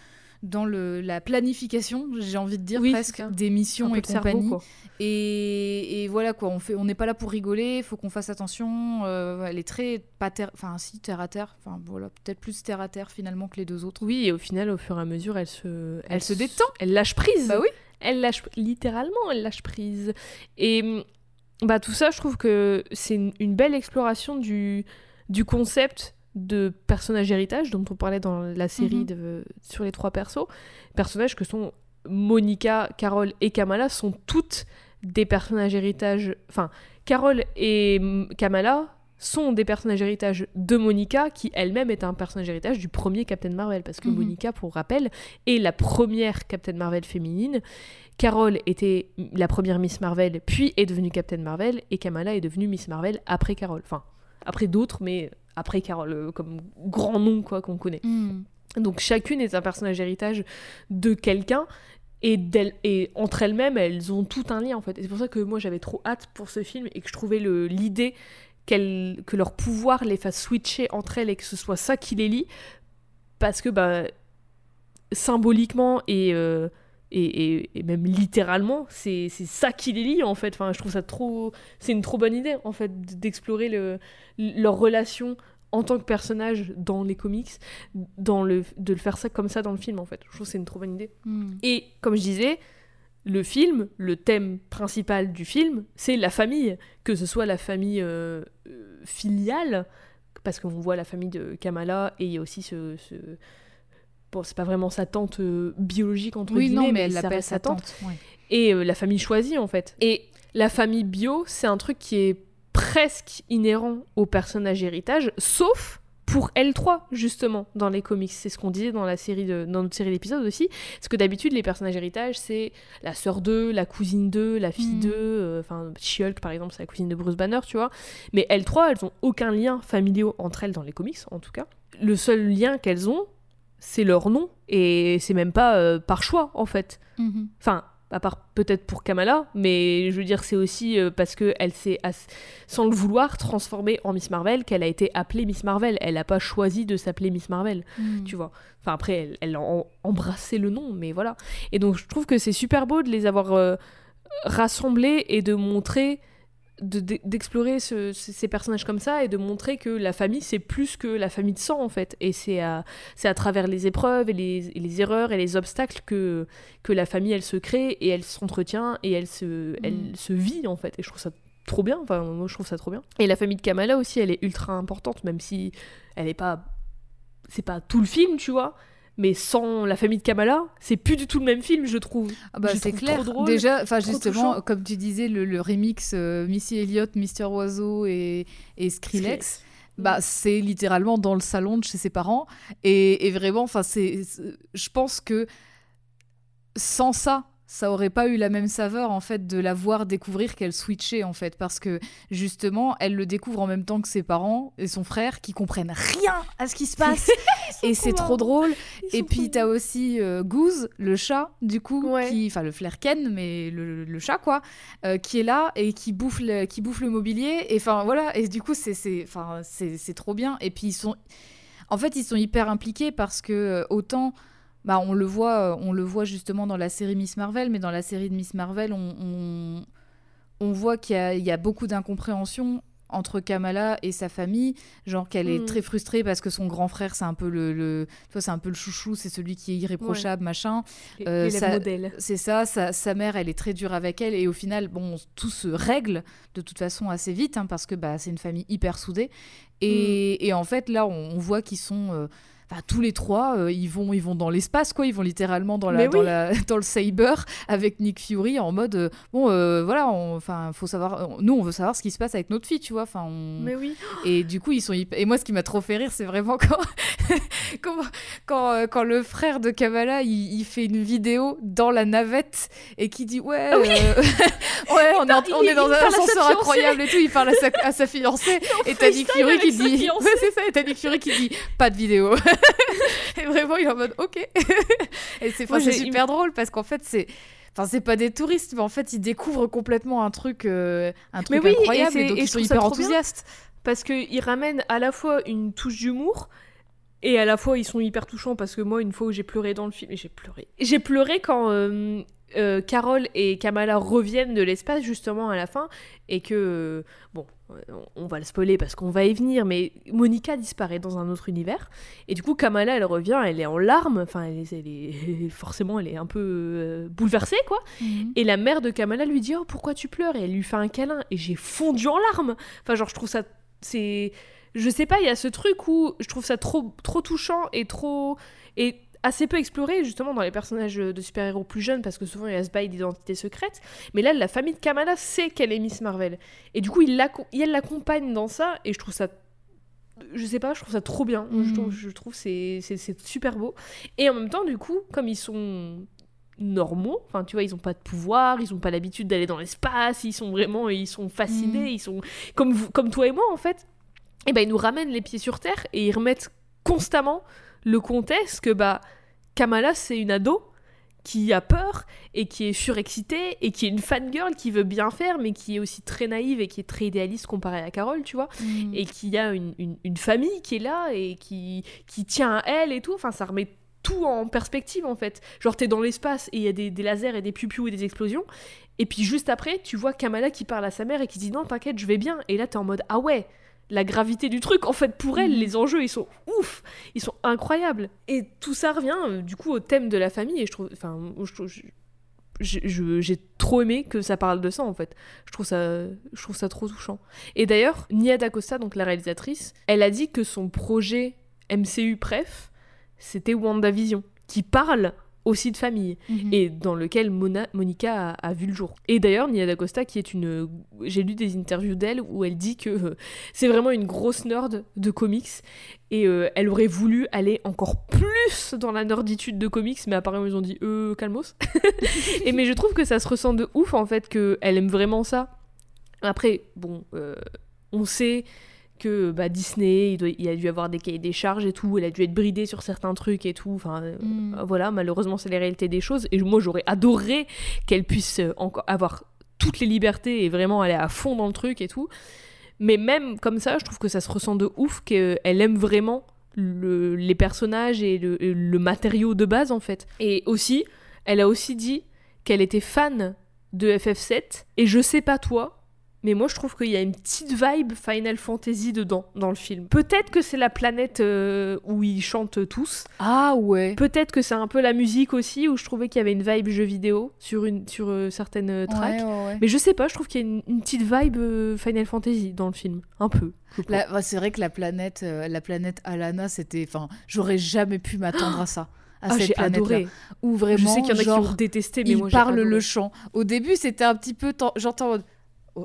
dans le, la planification, j'ai envie de dire oui, presque, des missions et compagnie. Cerveau, et, et voilà quoi, on fait, on n'est pas là pour rigoler, il faut qu'on fasse attention. Euh, elle est très pas terre, enfin si terre à terre, enfin voilà, peut-être plus terre à terre finalement que les deux autres. Oui, et au final, au fur et à mesure, elle se, elle, elle se détend, elle lâche prise. Bah oui, elle lâche littéralement, elle lâche prise. Et bah tout ça, je trouve que c'est une, une belle exploration du du concept de personnage héritage dont on parlait dans la série mm-hmm. de, sur les trois persos. Personnages que sont Monica, Carole et Kamala sont toutes des personnages héritage. Enfin, Carole et Kamala sont des personnages héritage de Monica, qui elle-même est un personnage héritage du premier Captain Marvel, parce que mm-hmm. Monica, pour rappel, est la première Captain Marvel féminine. Carole était la première Miss Marvel, puis est devenue Captain Marvel, et Kamala est devenue Miss Marvel après Carole. Enfin, après d'autres, mais après Carole, euh, comme grand nom quoi, qu'on connaît. Mm. Donc chacune est un personnage héritage de quelqu'un, et, et entre elles-mêmes, elles ont tout un lien en fait. Et c'est pour ça que moi j'avais trop hâte pour ce film, et que je trouvais le, l'idée qu'elles, que leur pouvoir les fasse switcher entre elles, et que ce soit ça qui les lie, parce que bah, symboliquement et... Euh, Et, et, et même littéralement, c'est, c'est ça qui les lie en fait. Enfin, je trouve ça trop... C'est une trop bonne idée en fait, d'explorer le, leur relation en tant que personnage dans les comics, dans le, de le faire ça comme ça dans le film en fait. Je trouve que c'est une trop bonne idée. Mm. Et comme je disais, le film, le thème principal du film, c'est la famille. Que ce soit la famille euh, euh, filiale, parce qu'on voit la famille de Kamala, et il y a aussi ce... ce Bon, c'est pas vraiment sa tante euh, biologique, entre oui, guillemets, non, mais, mais elle ça l'appelle reste sa tante. tante. Ouais. Et euh, la famille choisie, en fait. Et la famille bio, c'est un truc qui est presque inhérent au personnage héritage, sauf pour L trois, justement, dans les comics. C'est ce qu'on disait dans, la série de, dans notre série d'épisodes aussi. Parce que d'habitude, les personnages héritage, c'est la sœur d'eux, la cousine d'eux, la fille mmh. d'eux. Enfin, euh, She-Hulk, par exemple, c'est la cousine de Bruce Banner, tu vois. Mais L trois, elles ont aucun lien familial entre elles, dans les comics, en tout cas. Le seul lien qu'elles ont, c'est leur nom, et c'est même pas euh, par choix en fait. Mm-hmm. Enfin, à part peut-être pour Kamala, mais je veux dire c'est aussi euh, parce qu'elle s'est, as- sans le vouloir, transformée en Miss Marvel, qu'elle a été appelée Miss Marvel. Elle n'a pas choisi de s'appeler Miss Marvel, mm. tu vois. Enfin après, elle, elle a en- embrassé le nom, mais voilà. Et donc je trouve que c'est super beau de les avoir euh, rassemblés et de montrer... De, d'explorer ce, ces personnages comme ça, et de montrer que la famille c'est plus que la famille de sang en fait, et c'est à, c'est à travers les épreuves et les, et les erreurs et les obstacles que, que la famille elle se crée et elle s'entretient et elle se, mmh. elle se vit en fait, et je trouve ça trop bien, enfin moi je trouve ça trop bien. Et la famille de Kamala aussi, elle est ultra importante, même si elle est pas, c'est pas tout le film, tu vois. Mais sans la famille de Kamala, c'est plus du tout le même film, je trouve. Ah bah, je c'est trouve clair. Trop drôle, déjà, enfin justement, touchant. Comme tu disais, le, le remix euh, Missy Elliott, Mister Oiseau et, et Skrillex, bah, c'est littéralement dans le salon de chez ses parents. Et, et vraiment, enfin, c'est, c'est, je pense que sans ça, ça aurait pas eu la même saveur en fait de la voir découvrir qu'elle switchait en fait, parce que justement elle le découvre en même temps que ses parents et son frère qui comprennent rien à ce qui se passe et c'est trop drôle. Ils et puis t'as aussi euh, Goose, le chat du coup, ouais. qui, enfin le Flerken mais le, le chat quoi, euh, qui est là et qui bouffe le, qui bouffe le mobilier, et enfin voilà, et du coup c'est c'est enfin c'est c'est trop bien. Et puis ils sont en fait ils sont hyper impliqués, parce que autant bah, on le voit, on le voit justement dans la série Miss Marvel, mais dans la série de Miss Marvel, on, on, on voit qu'il y a, il y a beaucoup d'incompréhension entre Kamala et sa famille, genre qu'elle est mmh. très frustrée parce que son grand frère c'est un peu le, le tu vois, c'est un peu le chouchou, c'est celui qui est irréprochable, ouais. machin. Euh, sa, modèle. C'est ça, sa, sa mère elle est très dure avec elle, et au final bon tout se règle de toute façon assez vite, hein, parce que bah c'est une famille hyper soudée, et, mmh. et en fait là on, on voit qu'ils sont euh, Enfin, tous les trois, euh, ils, vont, ils vont dans l'espace, quoi. Ils vont littéralement dans, la, dans, oui. la, dans le Saber avec Nick Fury, en mode euh, bon, euh, voilà, enfin, faut savoir. On, nous, on veut savoir ce qui se passe avec notre fille, tu vois. Enfin, on... Mais oui. Et du coup, ils sont hyper... Et moi, ce qui m'a trop fait rire, c'est vraiment quand quand, quand, euh, quand le frère de Kamala, il, il fait une vidéo dans la navette et qui dit ouais, ah oui euh... ouais, on est, en, on est dans un ascenseur incroyable et tout. Il parle à sa, à sa fiancée et t'as Nick Fury qui dit, ouais, c'est ça. Et t'as Nick Fury qui dit pas de vidéo. Et vraiment il est en mode ok. Et c'est, Moi, c'est super drôle parce qu'en fait c'est enfin c'est pas des touristes, mais en fait ils découvrent complètement un truc euh, un truc oui, incroyable, et, et donc et ils sont hyper enthousiastes parce que ils ramènent à la fois une touche d'humour et à la fois ils sont hyper touchants parce que moi une fois où j'ai pleuré dans le film, et j'ai pleuré. J'ai pleuré quand euh, euh, Carol et Kamala reviennent de l'espace justement à la fin et que euh, bon, on va le spoiler parce qu'on va y venir, mais Monica disparaît dans un autre univers et du coup Kamala elle revient, elle est en larmes, enfin elle est, elle est forcément elle est un peu euh, bouleversée quoi. Mm-hmm. Et la mère de Kamala lui dit oh pourquoi tu pleures, et elle lui fait un câlin et j'ai fondu en larmes. Enfin genre je trouve ça c'est je sais pas, il y a ce truc où je trouve ça trop trop touchant et trop et assez peu exploré justement dans les personnages de super-héros plus jeunes parce que souvent il y a ce bail d'identité secrète, mais là la famille de Kamala sait qu'elle est Miss Marvel et du coup il elle l'accompagne dans ça et je trouve ça je sais pas, je trouve ça trop bien. Mmh. Je trouve, je trouve c'est, c'est, c'est super beau et en même temps du coup comme ils sont normaux, enfin tu vois ils ont pas de pouvoir, ils ont pas l'habitude d'aller dans l'espace, ils sont vraiment ils sont fascinés, mmh. ils sont comme, vous, comme toi et moi en fait, et ben ils nous ramènent les pieds sur terre et ils remettent constamment le contexte que bah Kamala c'est une ado qui a peur et qui est surexcitée et qui est une fangirl qui veut bien faire mais qui est aussi très naïve et qui est très idéaliste comparée à Carol, tu vois, mmh. et qui a une, une, une famille qui est là et qui, qui tient à elle et tout, enfin ça remet tout en perspective en fait, genre t'es dans l'espace et il y a des, des lasers et des piou-piou et des explosions et puis juste après tu vois Kamala qui parle à sa mère et qui dit non t'inquiète je vais bien, et là t'es en mode ah ouais la gravité du truc, en fait, pour elle, mmh. les enjeux, ils sont ouf, ils sont incroyables. Et tout ça revient, euh, du coup, au thème de la famille, et je trouve, enfin, je, je, je, je, j'ai trop aimé que ça parle de ça, en fait. Je trouve ça, je trouve ça trop touchant. Et d'ailleurs, Nia DaCosta, donc la réalisatrice, elle a dit que son projet M C U préf, c'était WandaVision, qui parle aussi de famille, mmh. et dans lequel Mona, Monica a, a vu le jour. Et d'ailleurs, Nia DaCosta, qui est une... J'ai lu des interviews d'elle où elle dit que euh, c'est vraiment une grosse nerd de comics, et euh, elle aurait voulu aller encore plus dans la nerditude de comics, mais apparemment ils ont dit euh, calmos. Et mais je trouve que ça se ressent de ouf, en fait, qu'elle aime vraiment ça. Après, bon, euh, on sait... que bah, Disney, il, doit, il a dû avoir des cahiers des charges et tout, elle a dû être bridée sur certains trucs et tout, enfin mm. euh, voilà, malheureusement c'est les réalités des choses, et moi j'aurais adoré qu'elle puisse euh, encore avoir toutes les libertés et vraiment aller à fond dans le truc et tout, mais même comme ça je trouve que ça se ressent de ouf qu'elle aime vraiment le, les personnages et le, le matériau de base en fait. Et aussi, elle a aussi dit qu'elle était fan de F F sept, et je sais pas toi, mais moi je trouve qu'il y a une petite vibe Final Fantasy dedans, dans le film. Peut-être que c'est la planète euh, où ils chantent tous. Ah ouais. Peut-être que c'est un peu la musique aussi, où je trouvais qu'il y avait une vibe jeu vidéo sur, une, sur euh, certaines tracks. Ouais, ouais, ouais. Mais je sais pas, je trouve qu'il y a une, une petite vibe euh, Final Fantasy dans le film. Un peu. La, bah, c'est vrai que la planète, euh, la planète Alana, c'était... Enfin, j'aurais jamais pu m'attendre à ça. À ah, cette j'ai adoré. Où vraiment, je sais qu'il y en a genre, qui ont détesté, mais ils moi j'ai parlent adoré. Le chant. Au début, c'était un petit peu... Ten... J'entends... Quoi ?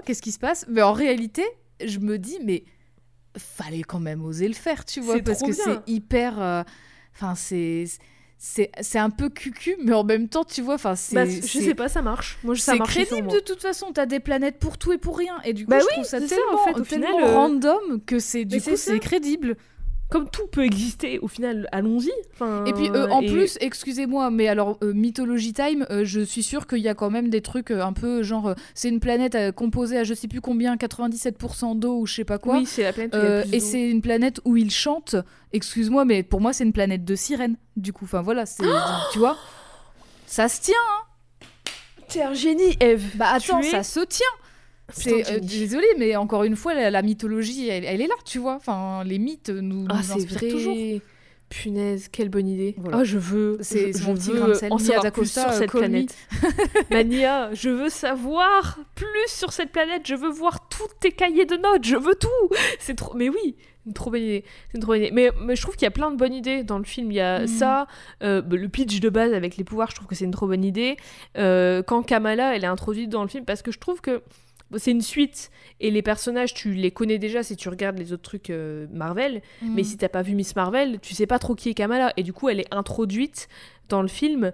Qu'est-ce qui se passe ? Mais en réalité, je me dis, mais fallait quand même oser le faire, tu vois, c'est parce que bien. C'est hyper... Enfin, euh, c'est, c'est, c'est un peu cucu, mais en même temps, tu vois, enfin, c'est... Bah, je c'est, sais pas, ça marche. Moi, ça c'est marche crédible de toute façon, t'as des planètes pour tout et pour rien, et du coup, bah je oui, trouve ça c'est tellement, ça, en fait, au tellement final, euh... random que c'est, du mais coup, c'est, c'est crédible. Comme tout peut exister, au final, allons-y. Enfin, et puis, euh, en et... plus, excusez-moi, mais alors, euh, Mythology Time, euh, je suis sûre qu'il y a quand même des trucs euh, un peu genre, euh, c'est une planète euh, composée à je sais plus combien, quatre-vingt-dix-sept pour cent d'eau ou je sais pas quoi. Oui, c'est la planète où il y a euh, plus et d'eau. c'est une planète où ils chantent. Excuse-moi, mais pour moi, c'est une planète de sirènes. Du coup, enfin voilà, c'est, tu vois, ça se tient. Hein. T'es un génie, Eve. Bah attends, tu ça es... se tient. C'est, euh, désolée, mais encore une fois, la, la mythologie, elle, elle est là, tu vois. Enfin, les mythes nous, ah, nous c'est inspirent vrai. toujours. Punaise, quelle bonne idée. Voilà. Oh, je veux, c'est, je, c'est je mon petit veux grain de sel. en Nia savoir DaCosta, plus sur cette euh, planète. Mania, je veux savoir plus sur cette planète. Je veux voir tous tes cahiers de notes. Je veux tout. C'est trop. Mais oui, une trop bonne idée. C'est une trop bonne idée. Mais, mais je trouve qu'il y a plein de bonnes idées dans le film. Il y a mmh. ça, euh, le pitch de base avec les pouvoirs. Je trouve que c'est une trop bonne idée. Euh, quand Kamala, elle est introduite dans le film, parce que je trouve que c'est une suite et les personnages tu les connais déjà si tu regardes les autres trucs euh, Marvel, mmh. mais si t'as pas vu Miss Marvel tu sais pas trop qui est Kamala, et du coup elle est introduite dans le film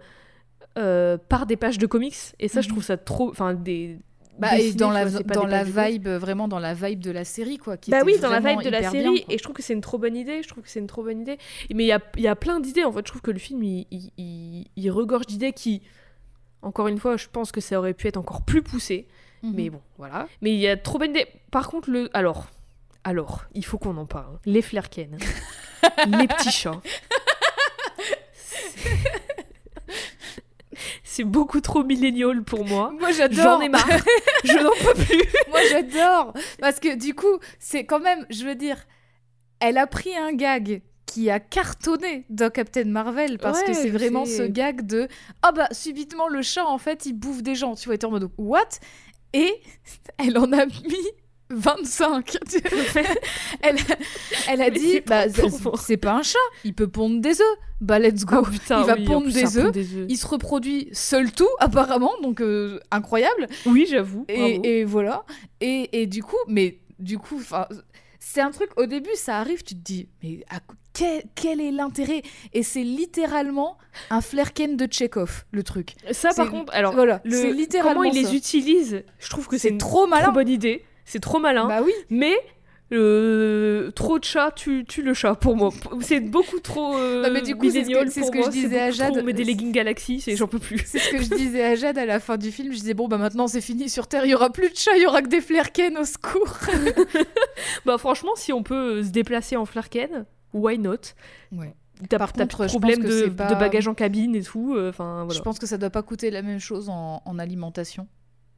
euh, par des pages de comics, et ça mmh. je trouve ça trop, enfin des bah, dessiné, et dans la, vois, dans la vibe, vraiment dans la vibe de la série quoi, qui bah était oui dans la vibe de la série bien, et je trouve que c'est une trop bonne idée, je trouve que c'est une trop bonne idée, mais il y a, y a plein d'idées en fait. Je trouve que le film il, il, il, il regorge d'idées qui, encore une fois, je pense que ça aurait pu être encore plus poussé. Mmh. Mais bon, voilà. Mais il y a trop bonne idée. Par contre, le... Alors, alors, il faut qu'on en parle. Les Flerken. les petits chats. C'est... C'est beaucoup trop millénial pour moi. Moi, j'adore. J'en ai marre. Je n'en peux plus. Moi, j'adore. Parce que du coup, c'est quand même, je veux dire, elle a pris un gag qui a cartonné dans Captain Marvel parce Ouais, que c'est je vraiment sais. ce gag de ah bah subitement le chat en fait il bouffe des gens, tu vois, et t'es en mode what, et elle en a mis vingt-cinq. elle, elle a Mais dit c'est bah trop c'est- pour c'est pas un chat, il peut pondre des œufs, bah let's go. Oh, putain, il va oui, en pondre plus, des ça pond œufs. des œufs. Il se reproduit seul tout apparemment, donc euh, incroyable. Oui, j'avoue. bravo. Et, et voilà. Et, et du coup, mais du coup, enfin, c'est un truc, au début, ça arrive, tu te dis, mais à quoi- quel, quel est l'intérêt? Et c'est littéralement un flerken de Tchekhov, le truc. Ça, par c'est- contre, alors, voilà, le- c'est littéralement comment il ça. les utilise, je trouve que c'est C'est une trop malin. trop bonne idée. C'est trop malin. Bah oui. Mais euh, trop de chats tue, tue le chat pour moi. C'est beaucoup trop euh, Non, mais du coup, c'est ce que- millénial c'est ce pour que moi. je disais C'est à beaucoup trop, Jade. on met des leggings Galaxy, c'est j'en peux plus. C'est ce que je disais à Jade à la fin du film. Je disais, bon, bah maintenant c'est fini sur Terre, il y aura plus de chats, il y aura que des flerkens, au secours. Bah franchement, si on peut euh, se déplacer en flerken, why not? Ouais. T'as Par t'as contre, plus de je problème pense que de, c'est pas- de bagages en cabine et tout. euh, Enfin voilà. Je pense que ça doit pas coûter la même chose en, en alimentation.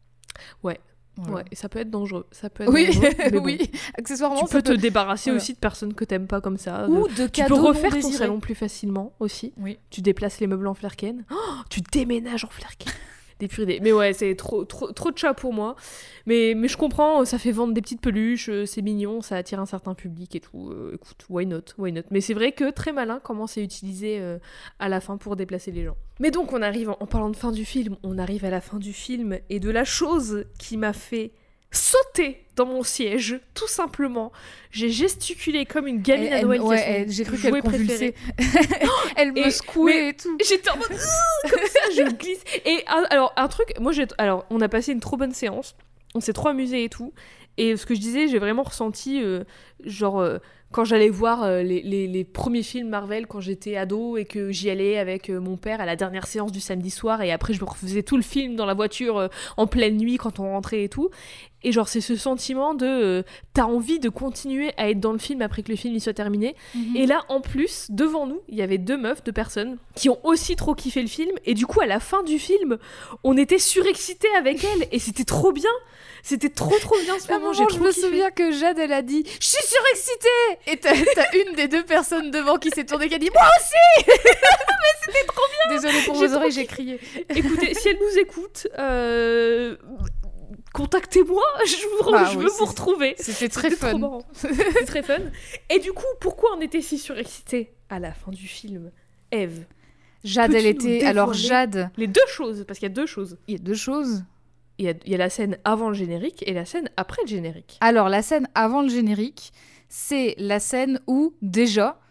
Ouais. Voilà. Ouais, et ça peut être dangereux. Ça peut être Oui, dangereux, mais bon. oui, accessoirement, Tu ça peux te peut- débarrasser voilà. aussi de personnes que t'aimes pas comme ça. de- Ou de Tu cadeaux peux refaire non ton désirés. salon plus facilement aussi. Oui. Tu déplaces les meubles en flerken. Oh, tu déménages en flerken. Des pures idées. Mais ouais, c'est trop, trop, trop de chats pour moi. Mais, mais je comprends, ça fait vendre des petites peluches, euh, c'est mignon, ça attire un certain public et tout. Euh, écoute, why not, why not. Mais c'est vrai que très malin comment c'est utilisé euh, à la fin pour déplacer les gens. Mais donc on arrive, en, en parlant de fin du film, on arrive à la fin du film et de la chose qui m'a fait sauter dans mon siège, tout simplement. J'ai gesticulé comme une gamine Elle- à elle- Noël. qui a ouais, son elle- j'ai cru jouet qu'elle convulsait. préféré. Elle me Et- secouait mais- et tout. J'étais en mode Ouh comme ça, je glisse. Et un- alors un truc, moi j'ai, alors on a passé une trop bonne séance, on s'est trop amusé et tout. Et ce que je disais, j'ai vraiment ressenti euh, genre euh, quand j'allais voir euh, les, les, les premiers films Marvel quand j'étais ado et que j'y allais avec euh, mon père à la dernière séance du samedi soir et après je me refaisais tout le film dans la voiture euh, en pleine nuit quand on rentrait et tout. Et genre c'est ce sentiment de euh, t'as envie de continuer à être dans le film après que le film il soit terminé. Mhm. Et là, en plus, devant nous, il y avait deux meufs, deux personnes, qui ont aussi trop kiffé le film. Et du coup, à la fin du film, on était surexcités avec elles. Et c'était trop bien. C'était trop, trop bien ce À un moment. moment, J'ai je trop me kiffé. souviens que Jade, elle a dit « Je suis surexcitée !» Et t'as, t'as une des deux personnes devant qui s'est tournée qui a dit « Moi aussi !» Mais c'était trop bien. Désolée pour J'ai vos oreilles, trop j'ai crié. Écoutez, si elle nous écoute, euh, contactez-moi. Je, vous- Bah je oui, veux c'est- vous retrouver. C'était très C'était trop fun. marrant. C'était très fun. Et du coup, pourquoi on était si surexcités à la fin du film, Eve? Jade, Peux-tu elle nous était... Alors dévoiler Jade, Les deux choses, parce qu'il y a deux choses. il y a deux choses. Il y, a, il y a la scène avant le générique et la scène après le générique. Alors, la scène avant le générique, c'est la scène où, déjà,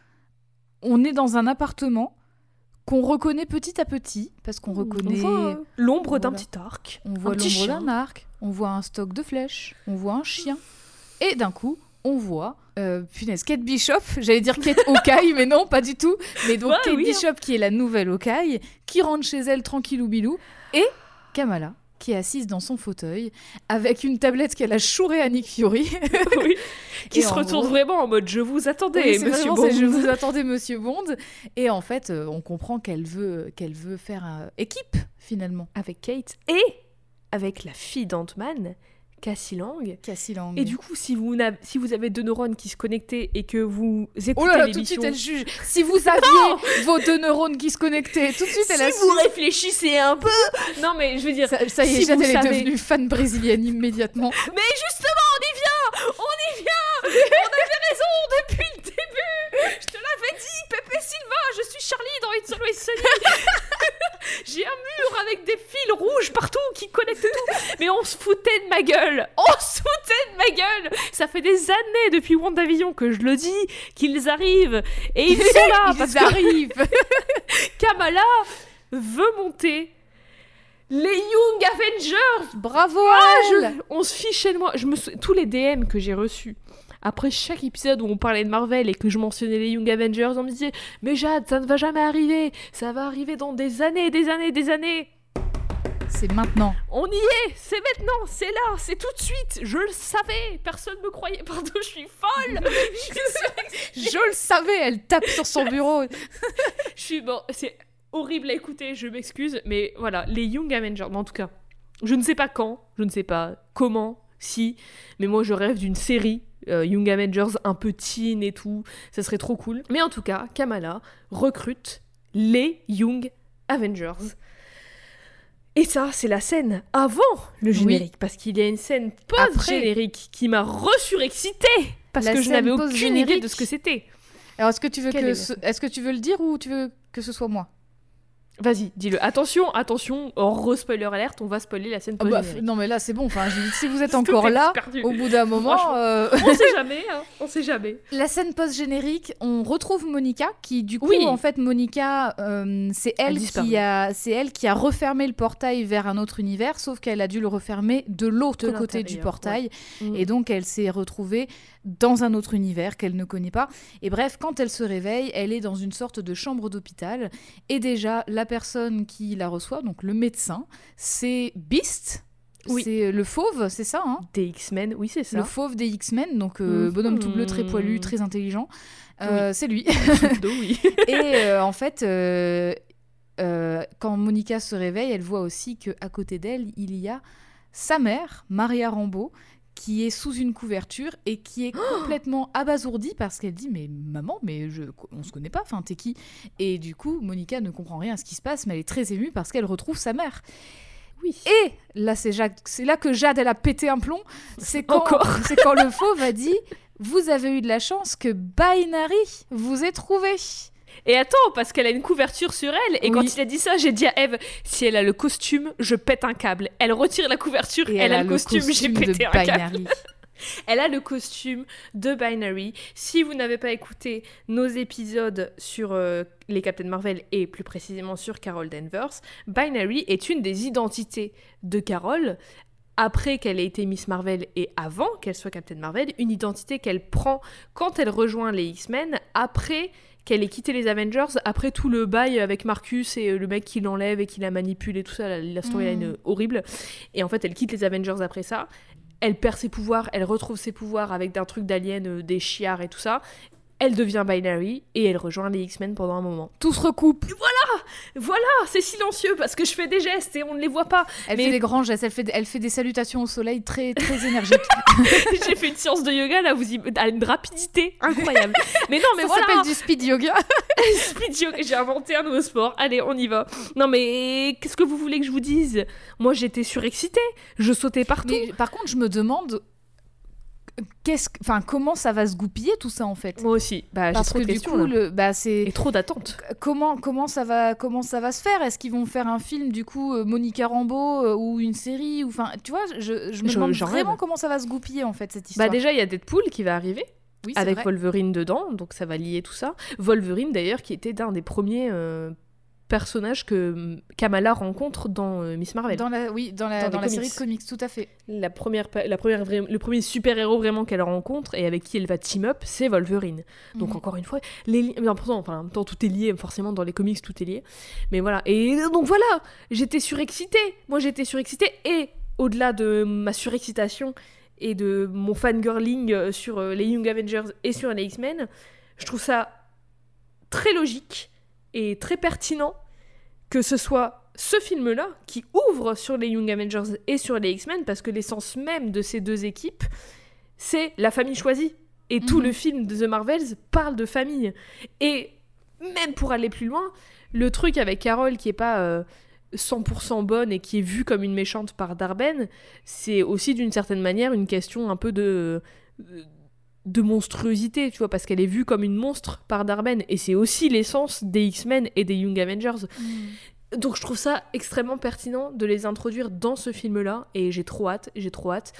on est dans un appartement qu'on reconnaît petit à petit, parce qu'on reconnaît... On voit euh, l'ombre d'un Voilà. petit arc. On voit un petit l'ombre chien. d'un arc, on voit un stock de flèches, on voit un chien. Et d'un coup, on voit... Euh, punaise, Kate Bishop, j'allais dire Kate Hawkeye, mais non, pas du tout. Mais donc Ouais, Kate oui, Bishop, qui est la nouvelle Hawkeye, qui rentre chez elle tranquillou bilou, et Kamala, qui est assise dans son fauteuil, avec une tablette qu'elle a chourée à Nick Fury. Oui. Qui Et se en retourne gros- vraiment en mode je vous attendais, Oui, c'est monsieur vraiment, Bond. c'est je vous attendais, monsieur Bond. Et en fait, euh, on comprend qu'elle veut, qu'elle veut faire euh, équipe, finalement. Avec Kate et avec la fille d'Ant-Man, Cassie Lang. Cassie Lang. Et du coup, si vous, n'avez- si vous avez deux neurones qui se connectaient et que vous écoutez Oh là là, tout de l'émission... suite elle juge. Si vous aviez vos deux neurones qui se connectaient, tout de suite elle a si vous su. réfléchissez un peu... Non mais je veux dire... Ça, ça y est, si Jade, vous elle savez- est devenue fan brésilienne immédiatement. Mais justement, on y vient On y vient On avait raison depuis le début. Je te l'avais dit, Pepe Silva, je suis Charlie dans It's Always Sunny. J'ai un mur avec des fils rouges partout qui connectent tout. Mais on se foutait de ma gueule. On se foutait de ma gueule. Ça fait des années depuis WandaVision que je le dis qu'ils arrivent. Et ils sont là. Ils parce que arrivent. Kamala veut monter les Young Avengers. Bravo Ah, à je- elle. on se fichait de moi. Je me sou- Tous les D M que j'ai reçus après chaque épisode où on parlait de Marvel et que je mentionnais les Young Avengers, on me disait « Mais Jade, ça ne va jamais arriver. Ça va arriver dans des années, des années, des années. » C'est maintenant. On y est, c'est maintenant, c'est là, c'est tout de suite. Je le savais, personne me croyait. Pardon, je suis folle. je, je le savais, elle tape sur son bureau. Je suis bon, c'est horrible à écouter, je m'excuse, mais voilà, les Young Avengers, mais en tout cas, je ne sais pas quand, je ne sais pas comment, si, mais moi je rêve d'une série euh, Young Avengers un peu teen et tout, ça serait trop cool. Mais en tout cas, Kamala recrute les Young Avengers. Et ça, c'est la scène avant le générique, oui. Parce qu'il y a une scène post-générique qui m'a resurexcitée, parce la que je n'avais aucune idée de ce que c'était. Alors, est-ce que tu veux que ce... est-ce que tu veux le dire ou tu veux que ce soit moi ? Vas-y, dis-le. Attention, attention, re-spoiler alerte, on va spoiler la scène post-générique. Oh bah, non mais là c'est bon, enfin, si vous êtes encore là, au bout d'un moment... Euh... on sait jamais, hein, on sait jamais. La scène post-générique, on retrouve Monica, qui du coup, oui. en fait, Monica, euh, c'est, elle elle qui a, c'est elle qui a refermé le portail vers un autre univers, sauf qu'elle a dû le refermer de l'autre de côté du portail, ouais. mmh. Et donc elle s'est retrouvée dans un autre univers qu'elle ne connaît pas. Et bref, quand elle se réveille, elle est dans une sorte de chambre d'hôpital, et déjà, la personne qui la reçoit, donc le médecin, c'est Beast. Oui. C'est le fauve, c'est ça hein des X-Men, oui c'est ça. Le fauve des X-Men, donc euh, mmh. bonhomme tout bleu, très poilu, très intelligent. Euh, oui. C'est lui. oui. Et euh, en fait, euh, euh, quand Monica se réveille, elle voit aussi qu'à côté d'elle, il y a sa mère, Maria Rambeau, qui est sous une couverture et qui est oh complètement abasourdie parce qu'elle dit « Mais maman, mais je, on se connaît pas, enfin t'es qui ?» Et du coup, Monica ne comprend rien à ce qui se passe, mais elle est très émue parce qu'elle retrouve sa mère. Oui. Et là, c'est, Jacques, c'est là que Jade, elle a pété un plomb. C'est quand, c'est quand le fauve a dit « Vous avez eu de la chance que Binary vous ait trouvé !» Et attends, parce qu'elle a une couverture sur elle, et oui. Quand il a dit ça, j'ai dit à Eve, si elle a le costume, je pète un câble. Elle retire la couverture, et elle, elle a, a le costume, costume j'ai pété un câble. Elle a le costume de Binary. Si vous n'avez pas écouté nos épisodes sur euh, les Captain Marvel, et plus précisément sur Carol Danvers, Binary est une des identités de Carol, après qu'elle ait été Miss Marvel et avant qu'elle soit Captain Marvel, une identité qu'elle prend quand elle rejoint les X-Men, après qu'elle ait quitté les Avengers, après tout le bail avec Marcus et le mec qui l'enlève et qui la manipule et tout ça, la, la storyline mmh. horrible. Et en fait, elle quitte les Avengers après ça, elle perd ses pouvoirs, elle retrouve ses pouvoirs avec un truc d'alien, euh, des chiards et tout ça. Elle devient Binary et elle rejoint les X-Men pendant un moment. Tout se recoupe. Voilà, voilà, c'est silencieux parce que je fais des gestes et on ne les voit pas. Elle mais... fait des grands gestes, elle fait, elle fait des salutations au soleil très, très énergiques. J'ai fait une séance de yoga là, vous y... à une rapidité incroyable. Mais non, mais ça voilà. Ça s'appelle du speed yoga. Speed yoga, j'ai inventé un nouveau sport. Allez, on y va. Non mais qu'est-ce que vous voulez que je vous dise ? Moi, j'étais surexcitée, je sautais partout. Mais, par contre, je me demande. Qu'est-ce que... enfin, comment ça va se goupiller tout ça en fait ? Moi aussi. Bah, parce j'ai trop que de du questions, coup, là. le... bah, c'est... Et trop d'attentes. Comment, comment, ça va, comment ça va se faire ? Est-ce qu'ils vont faire un film du coup, euh, Monica Rambeau euh, ou une série ou... Enfin, tu vois, je, je me je, demande vraiment rêve. Comment ça va se goupiller en fait cette histoire. Bah déjà, il y a Deadpool qui va arriver. Oui, avec vrai. Wolverine dedans, donc ça va lier tout ça. Wolverine d'ailleurs, qui était un des premiers... Euh... personnage que Kamala rencontre dans euh, Miss Marvel. Dans la, oui, dans la, dans dans la série de comics, tout à fait. La première, la première, le premier super-héros vraiment qu'elle rencontre et avec qui elle va team-up, c'est Wolverine. Donc mmh. encore une fois, les, mais enfin, en même temps, tout est lié, forcément, dans les comics, tout est lié. Mais voilà, et donc voilà, j'étais surexcitée. Moi, j'étais surexcitée, et au-delà de ma surexcitation et de mon fangirling sur les Young Avengers et sur les X-Men, je trouve ça très logique et très pertinent que ce soit ce film-là qui ouvre sur les Young Avengers et sur les X-Men, parce que l'essence même de ces deux équipes, c'est la famille choisie. Et mmh. tout le film de The Marvels parle de famille. Et même pour aller plus loin, le truc avec Carol qui est pas euh, cent pour cent bonne et qui est vue comme une méchante par Darben, c'est aussi d'une certaine manière une question un peu de... Euh, de monstruosité, tu vois, parce qu'elle est vue comme une monstre par Darben, et c'est aussi l'essence des X-Men et des Young Avengers. Mmh. Donc je trouve ça extrêmement pertinent de les introduire dans ce film-là, et j'ai trop hâte, j'ai trop hâte.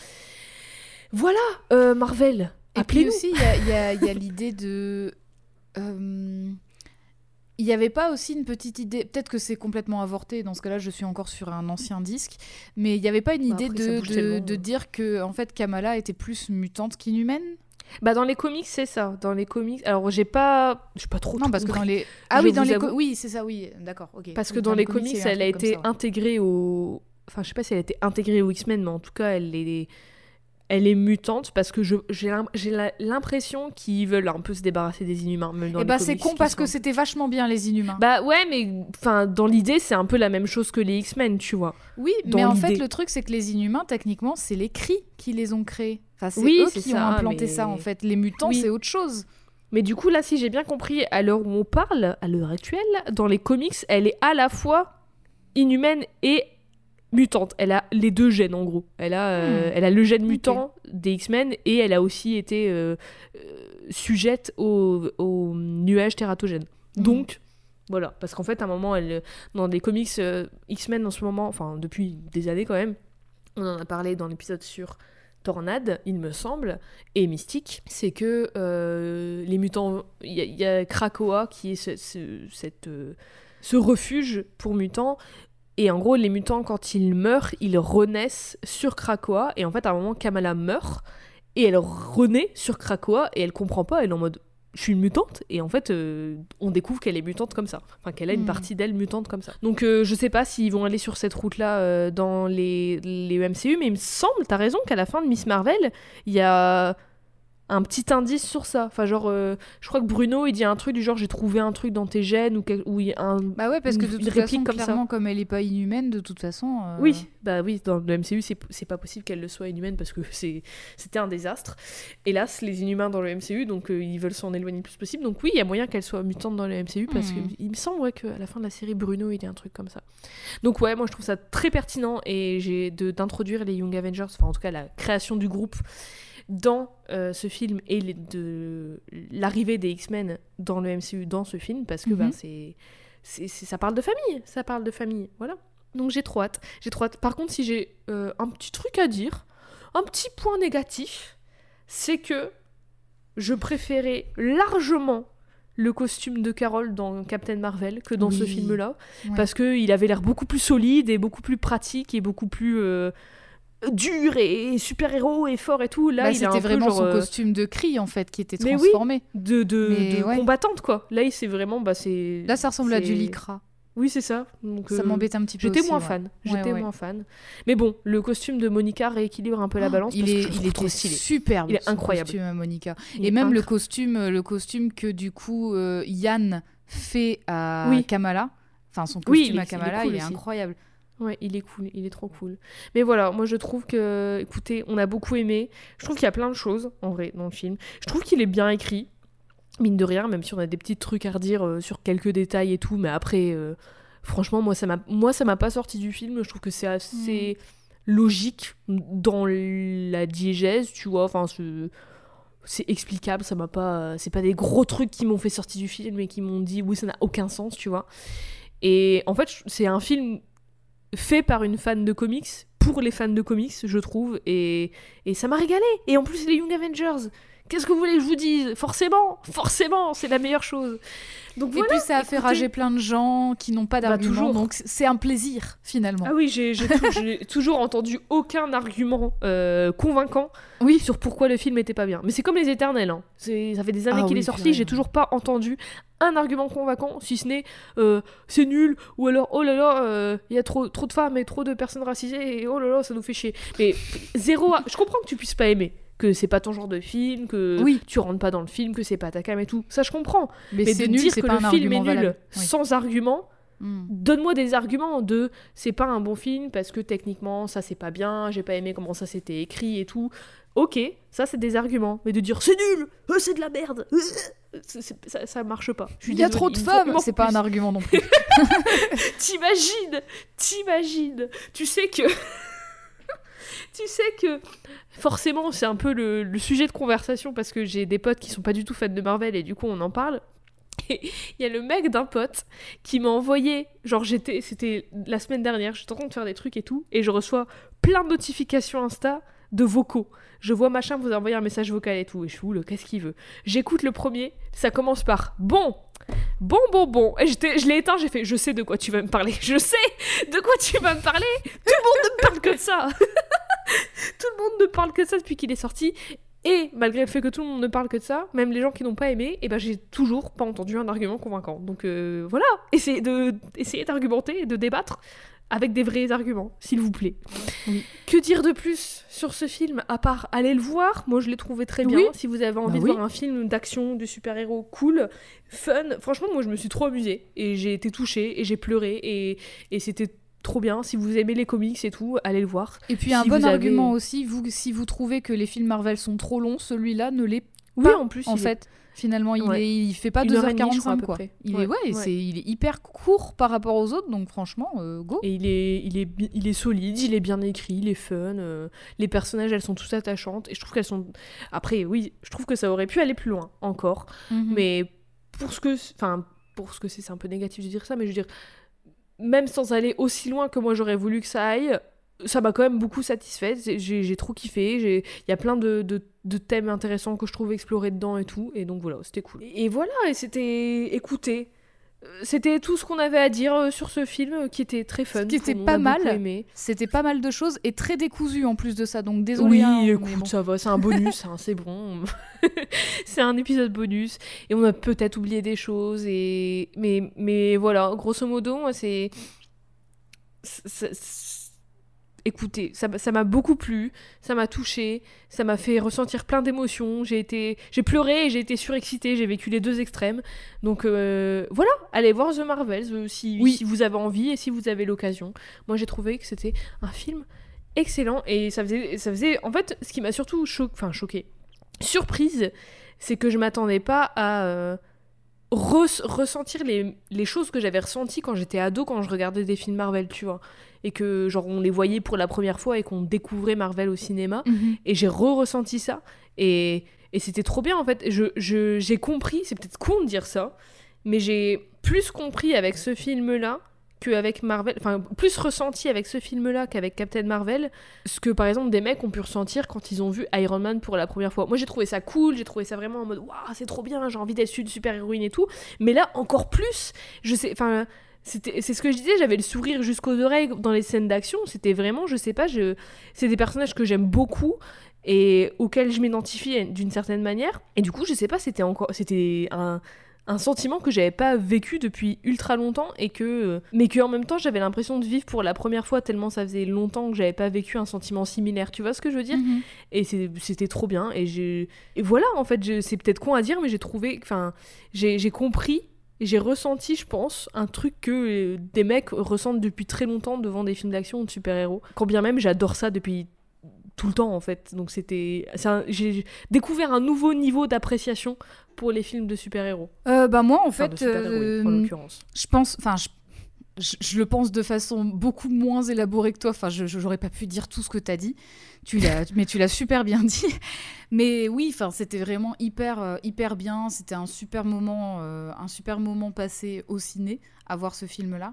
Voilà, euh, Marvel, et appelez-nous. Puis aussi, il y a, y a, y a l'idée de... Euh... Il n'y avait pas aussi une petite idée, peut-être que c'est complètement avorté, dans ce cas-là je suis encore sur un ancien disque, mais il n'y avait pas une idée bah après, de, de, de dire que en fait, Kamala était plus mutante qu'inhumaine ? Bah dans les comics c'est ça, dans les comics. Alors j'ai pas, j'ai pas trop. Non parce compris. que dans les. Ah je oui dans les. Avoue... Co... Oui c'est ça oui d'accord ok. Parce que Donc, dans, dans les comics, comics elle a été ça, ouais. intégrée au enfin je sais pas si elle a été intégrée aux X-Men, mais en tout cas elle est, elle est mutante parce que je, j'ai, j'ai l'impression qu'ils veulent un peu se débarrasser des Inhumains. Même dans et les bah comics, c'est con parce sont... que c'était vachement bien les Inhumains. Bah ouais, mais enfin dans l'idée c'est un peu la même chose que les X-Men, tu vois. Oui, dans mais en l'idée. fait le truc c'est que les Inhumains techniquement c'est les Kree qui les ont créés. Enfin c'est oui, eux c'est qui ça, ont implanté mais... ça en fait. Les mutants oui. c'est autre chose. Mais du coup là si j'ai bien compris, à l'heure où on parle, à l'heure actuelle, dans les comics, elle est à la fois inhumaine et mutante. Elle a les deux gènes en gros. Elle a, euh, hmm. elle a le gène mutant okay. des X-Men et elle a aussi été euh, euh, sujette au, au nuage tératogène. Hmm. Donc voilà, parce qu'en fait à un moment, elle, dans des comics euh, X-Men en ce moment, enfin depuis des années quand même, on en a parlé dans l'épisode sur Tornade, il me semble, et Mystique, c'est que euh, les mutants, il y, y a Krakoa qui est ce, ce, cette, euh, ce refuge pour mutants. Et en gros, les mutants, quand ils meurent, ils renaissent sur Krakoa. Et en fait, à un moment, Kamala meurt. Et elle renaît sur Krakoa. Et elle comprend pas. Elle est en mode, je suis une mutante. Et en fait, euh, on découvre qu'elle est mutante comme ça. Enfin, qu'elle a une mmh. partie d'elle mutante comme ça. Donc, euh, je sais pas s'ils vont aller sur cette route-là euh, dans les, les M C U. Mais il me semble, t'as raison, qu'à la fin de Miss Marvel, il y a... un petit indice sur ça. Enfin, genre, euh, je crois que Bruno, il dit un truc du genre, j'ai trouvé un truc dans tes gènes, ou, quel... ou il y a un... Bah ouais, parce que de toute façon, comme clairement, ça. comme elle est pas inhumaine, de toute façon... Euh... Oui, bah oui, dans le M C U, c'est, c'est pas possible qu'elle le soit inhumaine, parce que c'est... c'était un désastre. Hélas, les inhumains dans le M C U, donc euh, ils veulent s'en éloigner le plus possible. Donc oui, il y a moyen qu'elle soit mutante dans le M C U, parce mmh. qu'il me semble ouais, qu'à la fin de la série, Bruno, il y a un truc comme ça. Donc ouais, moi je trouve ça très pertinent, et j'ai de, d'introduire les Young Avengers, enfin en tout cas la création du groupe, dans euh, ce film et les, de l'arrivée des X-Men dans le M C U dans ce film parce que mm-hmm. bah, c'est, c'est, c'est, ça parle de famille, ça parle de famille, voilà. Donc j'ai trop hâte, j'ai trop hâte. Par contre, si j'ai euh, un petit truc à dire, un petit point négatif, c'est que je préférais largement le costume de Carol dans Captain Marvel que dans oui. ce film-là, ouais. parce qu'il avait l'air beaucoup plus solide et beaucoup plus pratique et beaucoup plus... Euh, dur et super-héros et fort et tout. Là, bah, il c'était a un vraiment peu genre, son euh... costume de Kree en fait qui était mais transformé. Oui, de, de, de ouais. combattante quoi. Là, il c'est vraiment bah c'est. Là, ça ressemble c'est... à du lycra. Oui, c'est ça. Donc, ça euh... m'embête un petit peu. J'étais aussi, moins ouais. fan. Ouais, J'étais ouais. moins fan. Mais bon, le costume de Monica rééquilibre un peu oh, la balance. Il parce est, que je il était trop stylé. superbe. Il est incroyable. Le costume Monica. Il et même incre... le costume, le costume que du coup euh, Yann fait à oui. Kamala. Enfin, son costume oui, à Kamala, il est, cool il est incroyable. Ouais, il est cool, il est trop cool. Mais voilà, moi je trouve que, écoutez, on a beaucoup aimé. Je trouve qu'il y a plein de choses, en vrai, dans le film. Je trouve qu'il est bien écrit, mine de rien, même si on a des petits trucs à redire euh, sur quelques détails et tout, mais après, euh, franchement, moi ça m'a, moi ça m'a pas sorti du film. Je trouve que c'est assez mmh. logique dans la diégèse, tu vois, enfin, c'est... c'est explicable, ça m'a pas... C'est pas des gros trucs qui m'ont fait sortir du film et qui m'ont dit, oui, ça n'a aucun sens, tu vois. Et en fait, c'est un film... fait par une fan de comics, pour les fans de comics, je trouve, et, et ça m'a régalé. Et en plus, les Young Avengers, qu'est-ce que vous voulez que je vous dise ? Forcément, forcément, c'est la meilleure chose. Donc, et voilà, puis ça a écoutez... fait rager plein de gens qui n'ont pas d'argument, bah, donc c'est un plaisir, finalement. Ah oui, j'ai, j'ai, tout, j'ai toujours entendu aucun argument euh, convaincant oui. sur pourquoi le film était pas bien. Mais c'est comme Les Éternels, hein. c'est, ça fait des années ah, qu'il oui, est sorti, j'ai toujours pas entendu un argument convaincant, si ce n'est euh, c'est nul, ou alors oh là là, il euh, y a trop, trop de femmes et trop de personnes racisées, et oh là là, ça nous fait chier. Mais zéro, je comprends que tu puisses pas aimer, que c'est pas ton genre de film, que oui. tu rentres pas dans le film, que c'est pas ta cam et tout, ça je comprends. Mais, mais c'est de nul, dire c'est que pas le un film est argument nul oui. sans argument, mm. donne-moi des arguments de c'est pas un bon film parce que techniquement ça c'est pas bien, j'ai pas aimé comment ça s'était écrit et tout. Ok, ça c'est des arguments, mais de dire c'est nul, euh, c'est de la merde, euh, c'est, c'est, ça, ça marche pas. Il y a trop de femmes, c'est pas un argument non plus. T'imagines, t'imagines, tu sais que... Tu sais que forcément c'est un peu le, le sujet de conversation parce que j'ai des potes qui sont pas du tout fans de Marvel et du coup on en parle. Et il y a le mec d'un pote qui m'a envoyé, genre j'étais, c'était la semaine dernière, j'étais en train de faire des trucs et tout, et je reçois plein de notifications Insta de vocaux. Je vois machin vous envoyer un message vocal et tout, et je suis oula, qu'est-ce qu'il veut ? J'écoute le premier, ça commence par bon. Bon, bon, bon. Et j'étais, je l'ai éteint, j'ai fait, je sais de quoi tu vas me parler. Je sais de quoi tu vas me parler. Tout le monde ne parle que de ça. Tout le monde ne parle que de ça depuis qu'il est sorti. Et malgré le fait que tout le monde ne parle que de ça, même les gens qui n'ont pas aimé, eh ben, j'ai toujours pas entendu un argument convaincant. Donc euh, voilà, essayez, de, essayez d'argumenter et de débattre. avec des vrais arguments, s'il vous plaît. Oui. Que dire de plus sur ce film, à part aller le voir? Moi, je l'ai trouvé très bien. Oui. Si vous avez envie Bah de oui. voir un film d'action, de super-héros cool, fun, franchement, moi, je me suis trop amusée. Et j'ai été touchée, et j'ai pleuré, et, et c'était trop bien. Si vous aimez les comics et tout, allez le voir. Et puis Si un bon vous avez- argument aussi, vous, si vous trouvez que les films Marvel sont trop longs, celui-là ne l'est Oui, pas, en plus, en il est- fait. Finalement, il, Ouais. est, il fait pas Une heure et demie, je crois, à deux heures quarante-cinq, peu quoi. près. Il, Ouais, est, ouais, ouais. C'est, il est hyper court par rapport aux autres, donc franchement, euh, go. Et il est, il, est, bi- il est solide, il est bien écrit, il est fun. euh, les personnages, elles sont toutes attachantes. Et je trouve qu'elles sont. Après, oui, je trouve que ça aurait pu aller plus loin encore. Mhm. Mais pour ce que. Enfin, pour ce que c'est, c'est un peu négatif de dire ça, mais je veux dire, même sans aller aussi loin que moi j'aurais voulu que ça aille, ça m'a quand même beaucoup satisfaite. C'est- J'ai, j'ai trop kiffé. j'ai- Il y a plein de, de, de thèmes intéressants que je trouve explorés dedans et tout. Et donc voilà, c'était cool. Et, et voilà, et c'était. Écoutez. euh, C'était tout ce qu'on avait à dire euh, sur ce film euh, qui était très fun. Ce qui était qu'on pas a beaucoup mal. aimé. C'était pas mal de choses et très décousu en plus de ça, donc désolé. Oui, hein, mais écoute, bon. ça va, c'est un bonus, hein, c'est bon. C'est un épisode bonus. Et on a peut-être oublié des choses. Et... Mais, mais voilà, grosso modo, moi, c'est... c'est- c'est- Écoutez, ça ça m'a beaucoup plu, ça m'a touchée, ça m'a fait ressentir plein d'émotions. J'ai été, j'ai pleuré et j'ai été surexcitée. J'ai vécu les deux extrêmes. Donc euh, voilà, allez voir The Marvels euh, si, Oui. si vous avez envie et si vous avez l'occasion. Moi, j'ai trouvé que c'était un film excellent et ça faisait, ça faisait. En fait, ce qui m'a surtout cho... enfin, choqué, surprise, c'est que je m'attendais pas à euh, re- ressentir les, les choses que j'avais ressenties quand j'étais ado, quand je regardais des films Marvel, tu vois. Et que, genre, on les voyait pour la première fois et qu'on découvrait Marvel au cinéma. Mhm. Et j'ai re-ressenti ça. Et, et c'était trop bien, en fait. Je, je, j'ai compris, c'est peut-être con de dire ça, mais j'ai plus compris avec ce film-là qu'avec Marvel, enfin, plus ressenti avec ce film-là qu'avec Captain Marvel, ce que, par exemple, des mecs ont pu ressentir quand ils ont vu Iron Man pour la première fois. Moi, j'ai trouvé ça cool, j'ai trouvé ça vraiment en mode, waouh, c'est trop bien, j'ai envie d'être une super-héroïne et tout. Mais là, encore plus, je sais, enfin... C'était, c'est ce que je disais, j'avais le sourire jusqu'aux oreilles dans les scènes d'action. C'était vraiment, je sais pas, je, c'est des personnages que j'aime beaucoup et auxquels je m'identifie d'une certaine manière. Et du coup, je sais pas, c'était encore, c'était un, un sentiment que j'avais pas vécu depuis ultra longtemps et que, mais que en même temps, j'avais l'impression de vivre pour la première fois tellement ça faisait longtemps que j'avais pas vécu un sentiment similaire. Tu vois ce que je veux dire? Mhm. Et c'est- c'était trop bien. Et j'ai, et voilà, en fait, je- c'est peut-être con à dire, mais j'ai trouvé, enfin, j'ai, j'ai compris. Et j'ai ressenti, je pense, un truc que euh, des mecs ressentent depuis très longtemps devant des films d'action ou de super-héros. Quand bien même, j'adore ça depuis tout le temps, en fait. Donc c'était... c'est un- j'ai découvert un nouveau niveau d'appréciation pour les films de super-héros. Euh, bah moi, en Enfin, de fait, super-héroïnes, en euh, l'occurrence. je pense, enfin, je, je, je le pense de façon beaucoup moins élaborée que toi. Enfin, je je- j'aurais pas pu dire tout ce que t'as dit. Tu l'as, mais tu l'as super bien dit. Mais oui, enfin, c'était vraiment hyper, euh, hyper bien. C'était un super moment, euh, un super moment passé au ciné à voir ce film-là.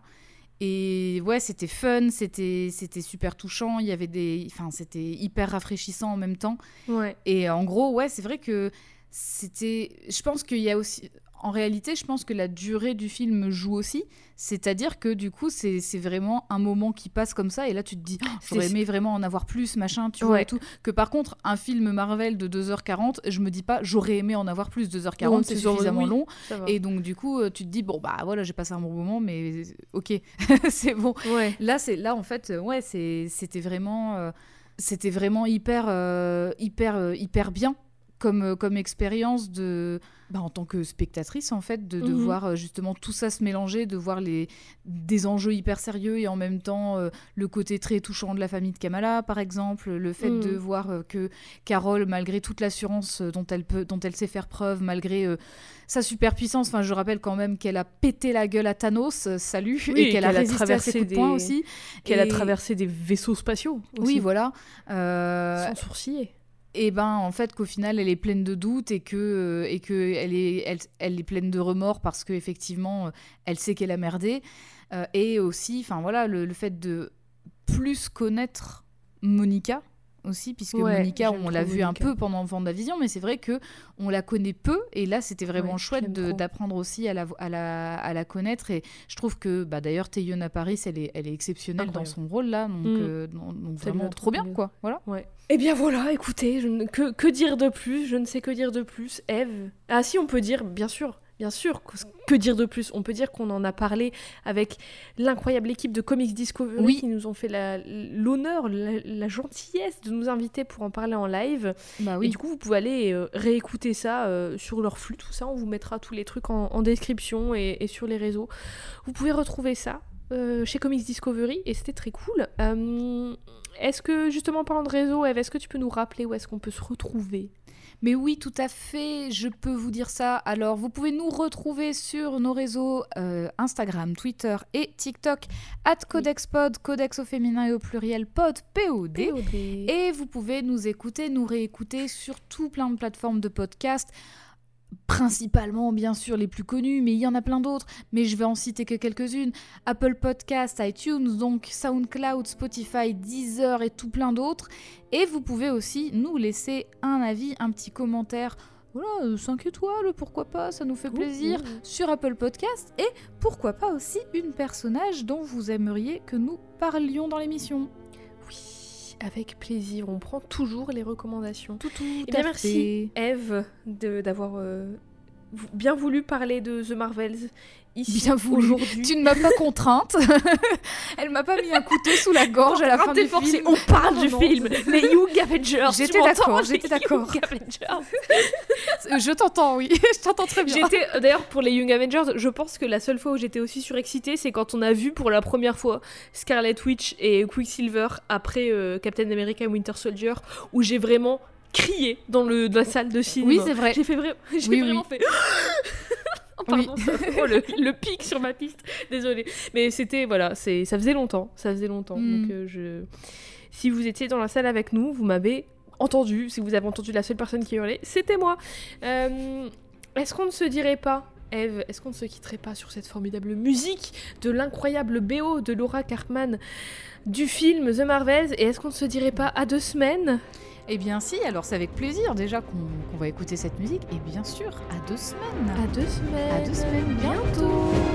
Et ouais, c'était fun, c'était, c'était super touchant. Il y avait des, enfin, c'était hyper rafraîchissant en même temps. Ouais. Et en gros, ouais, c'est vrai que c'était. Je pense qu'il y a aussi. En réalité, je pense que la durée du film joue aussi. C'est-à-dire que du coup, c'est c'est vraiment un moment qui passe comme ça. Et là, tu te dis, oh, j'aurais C'est- aimé vraiment en avoir plus, machin, tu vois, Ouais. et tout. Que par contre, un film Marvel de deux heures quarante, je me dis pas, j'aurais aimé en avoir plus. deux heures quarante, Non, c'est tu dis, suffisamment oui. long. Ça va. Et donc, du coup, euh, tu te dis, bon, bah voilà, j'ai passé un bon moment, mais ok, c'est bon. Ouais. Là, c'est là en fait, euh, ouais, c'est, c'était vraiment, euh, c'était vraiment hyper, euh, hyper, euh, hyper bien comme, euh, comme expérience de, bah, en tant que spectatrice en fait, de, de Mhm. voir euh, justement tout ça se mélanger, de voir les des enjeux hyper sérieux et en même temps euh, le côté très touchant de la famille de Kamala, par exemple, le fait Mhm. de voir euh, que Carole, malgré toute l'assurance euh, dont elle peut, dont elle sait faire preuve, malgré euh, sa superpuissance, enfin je rappelle quand même qu'elle a pété la gueule à Thanos, euh, salut, Oui, et qu'elle a qu'elle a résisté à ses traversé coups de poing des- aussi. Qu'elle a Et- traversé des vaisseaux spatiaux. Oui, aussi, voilà. Euh, Sans sourciller. et ben en fait qu'au final elle est pleine de doutes et que euh, et que elle est elle, elle est pleine de remords parce que effectivement euh, elle sait qu'elle a merdé. Euh, et aussi enfin voilà le, le fait de plus connaître Monica aussi, puisque Ouais, Monica j'aime on l'a trop vu un Monica. peu pendant Vendavision, mais c'est vrai que on la connaît peu et là c'était vraiment Ouais, chouette j'aime de- trop. d'apprendre aussi à la, à, la, à la connaître. Et je trouve que bah, d'ailleurs Teyona Paris elle est, elle est exceptionnelle dans Incroyable. son rôle là, donc, Mm. euh, donc- donc Ça lui vraiment va trop trop bien bien. quoi, voilà. Ouais. Eh bien voilà, écoutez, je ne- que, que dire de plus? Je ne sais que dire de plus. Eve. Ah si, on peut dire, bien sûr, bien sûr, que dire de plus ? On peut dire qu'on en a parlé avec l'incroyable équipe de Comics Discovery oui. qui nous ont fait la, l'honneur, la, la gentillesse de nous inviter pour en parler en live. Bah oui. Et du coup, vous pouvez aller euh, réécouter ça euh, sur leur flux, tout ça. On vous mettra tous les trucs en, en description et, et sur les réseaux. Vous pouvez retrouver ça euh, chez Comics Discovery et c'était très cool. Euh, est-ce que, justement, en parlant de réseau, Eve, est-ce que tu peux nous rappeler où est-ce qu'on peut se retrouver ? Mais oui, tout à fait, je peux vous dire ça. Alors, vous pouvez nous retrouver sur nos réseaux euh, Instagram, Twitter et TikTok, at CodexPod, Codex au féminin et au pluriel, pod, P O D. P O D. Et vous pouvez nous écouter, nous réécouter sur tout plein de plateformes de podcasts. Principalement, bien sûr, les plus connus, mais il y en a plein d'autres, mais je vais en citer que quelques-unes. Apple Podcasts, iTunes, donc SoundCloud, Spotify, Deezer et tout plein d'autres. Et vous pouvez aussi nous laisser un avis, un petit commentaire, voilà, cinq étoiles, pourquoi pas, ça nous fait plaisir, ouh, ouh. sur Apple Podcasts. Et pourquoi pas aussi une personnage dont vous aimeriez que nous parlions dans l'émission. Oui, avec plaisir, on prend toujours les recommandations. Tout, tout et bien merci Eve de, d'avoir euh, bien voulu parler de The Marvels ici bien voulu. Aujourd'hui. Tu ne m'as pas contrainte. Elle m'a pas mis un couteau sous la gorge à la fin du forcé. film. On parle non, du non. film, les Young Avengers. J'étais d'accord, j'étais d'accord. Je t'entends, oui, je t'entends très bien. J'étais d'ailleurs pour les Young Avengers, je pense que la seule fois où j'étais aussi surexcitée, c'est quand on a vu pour la première fois Scarlet Witch et Quicksilver après euh, Captain America Winter Soldier, où j'ai vraiment crié dans le dans la salle de cinéma. Oui, c'est vrai. J'ai fait vra- j'ai oui, vraiment oui. fait. Oh, pardon, oui. ça, oh, le, le pic sur ma piste, désolée. Mais c'était, voilà, c'est, ça faisait longtemps, ça faisait longtemps. Mm. Donc, euh, je... si vous étiez dans la salle avec nous, vous m'avez entendu. Si vous avez entendu la seule personne qui hurlait, c'était moi. Euh, est-ce qu'on ne se dirait pas, Eve, est-ce qu'on ne se quitterait pas sur cette formidable musique de l'incroyable B O de Laura Karpman du film The Marvels, et est-ce qu'on ne se dirait pas à deux semaines ? Eh bien si, alors c'est avec plaisir déjà qu'on, qu'on va écouter cette musique, et bien sûr, à deux semaines. À deux semaines. À deux semaines, bientôt.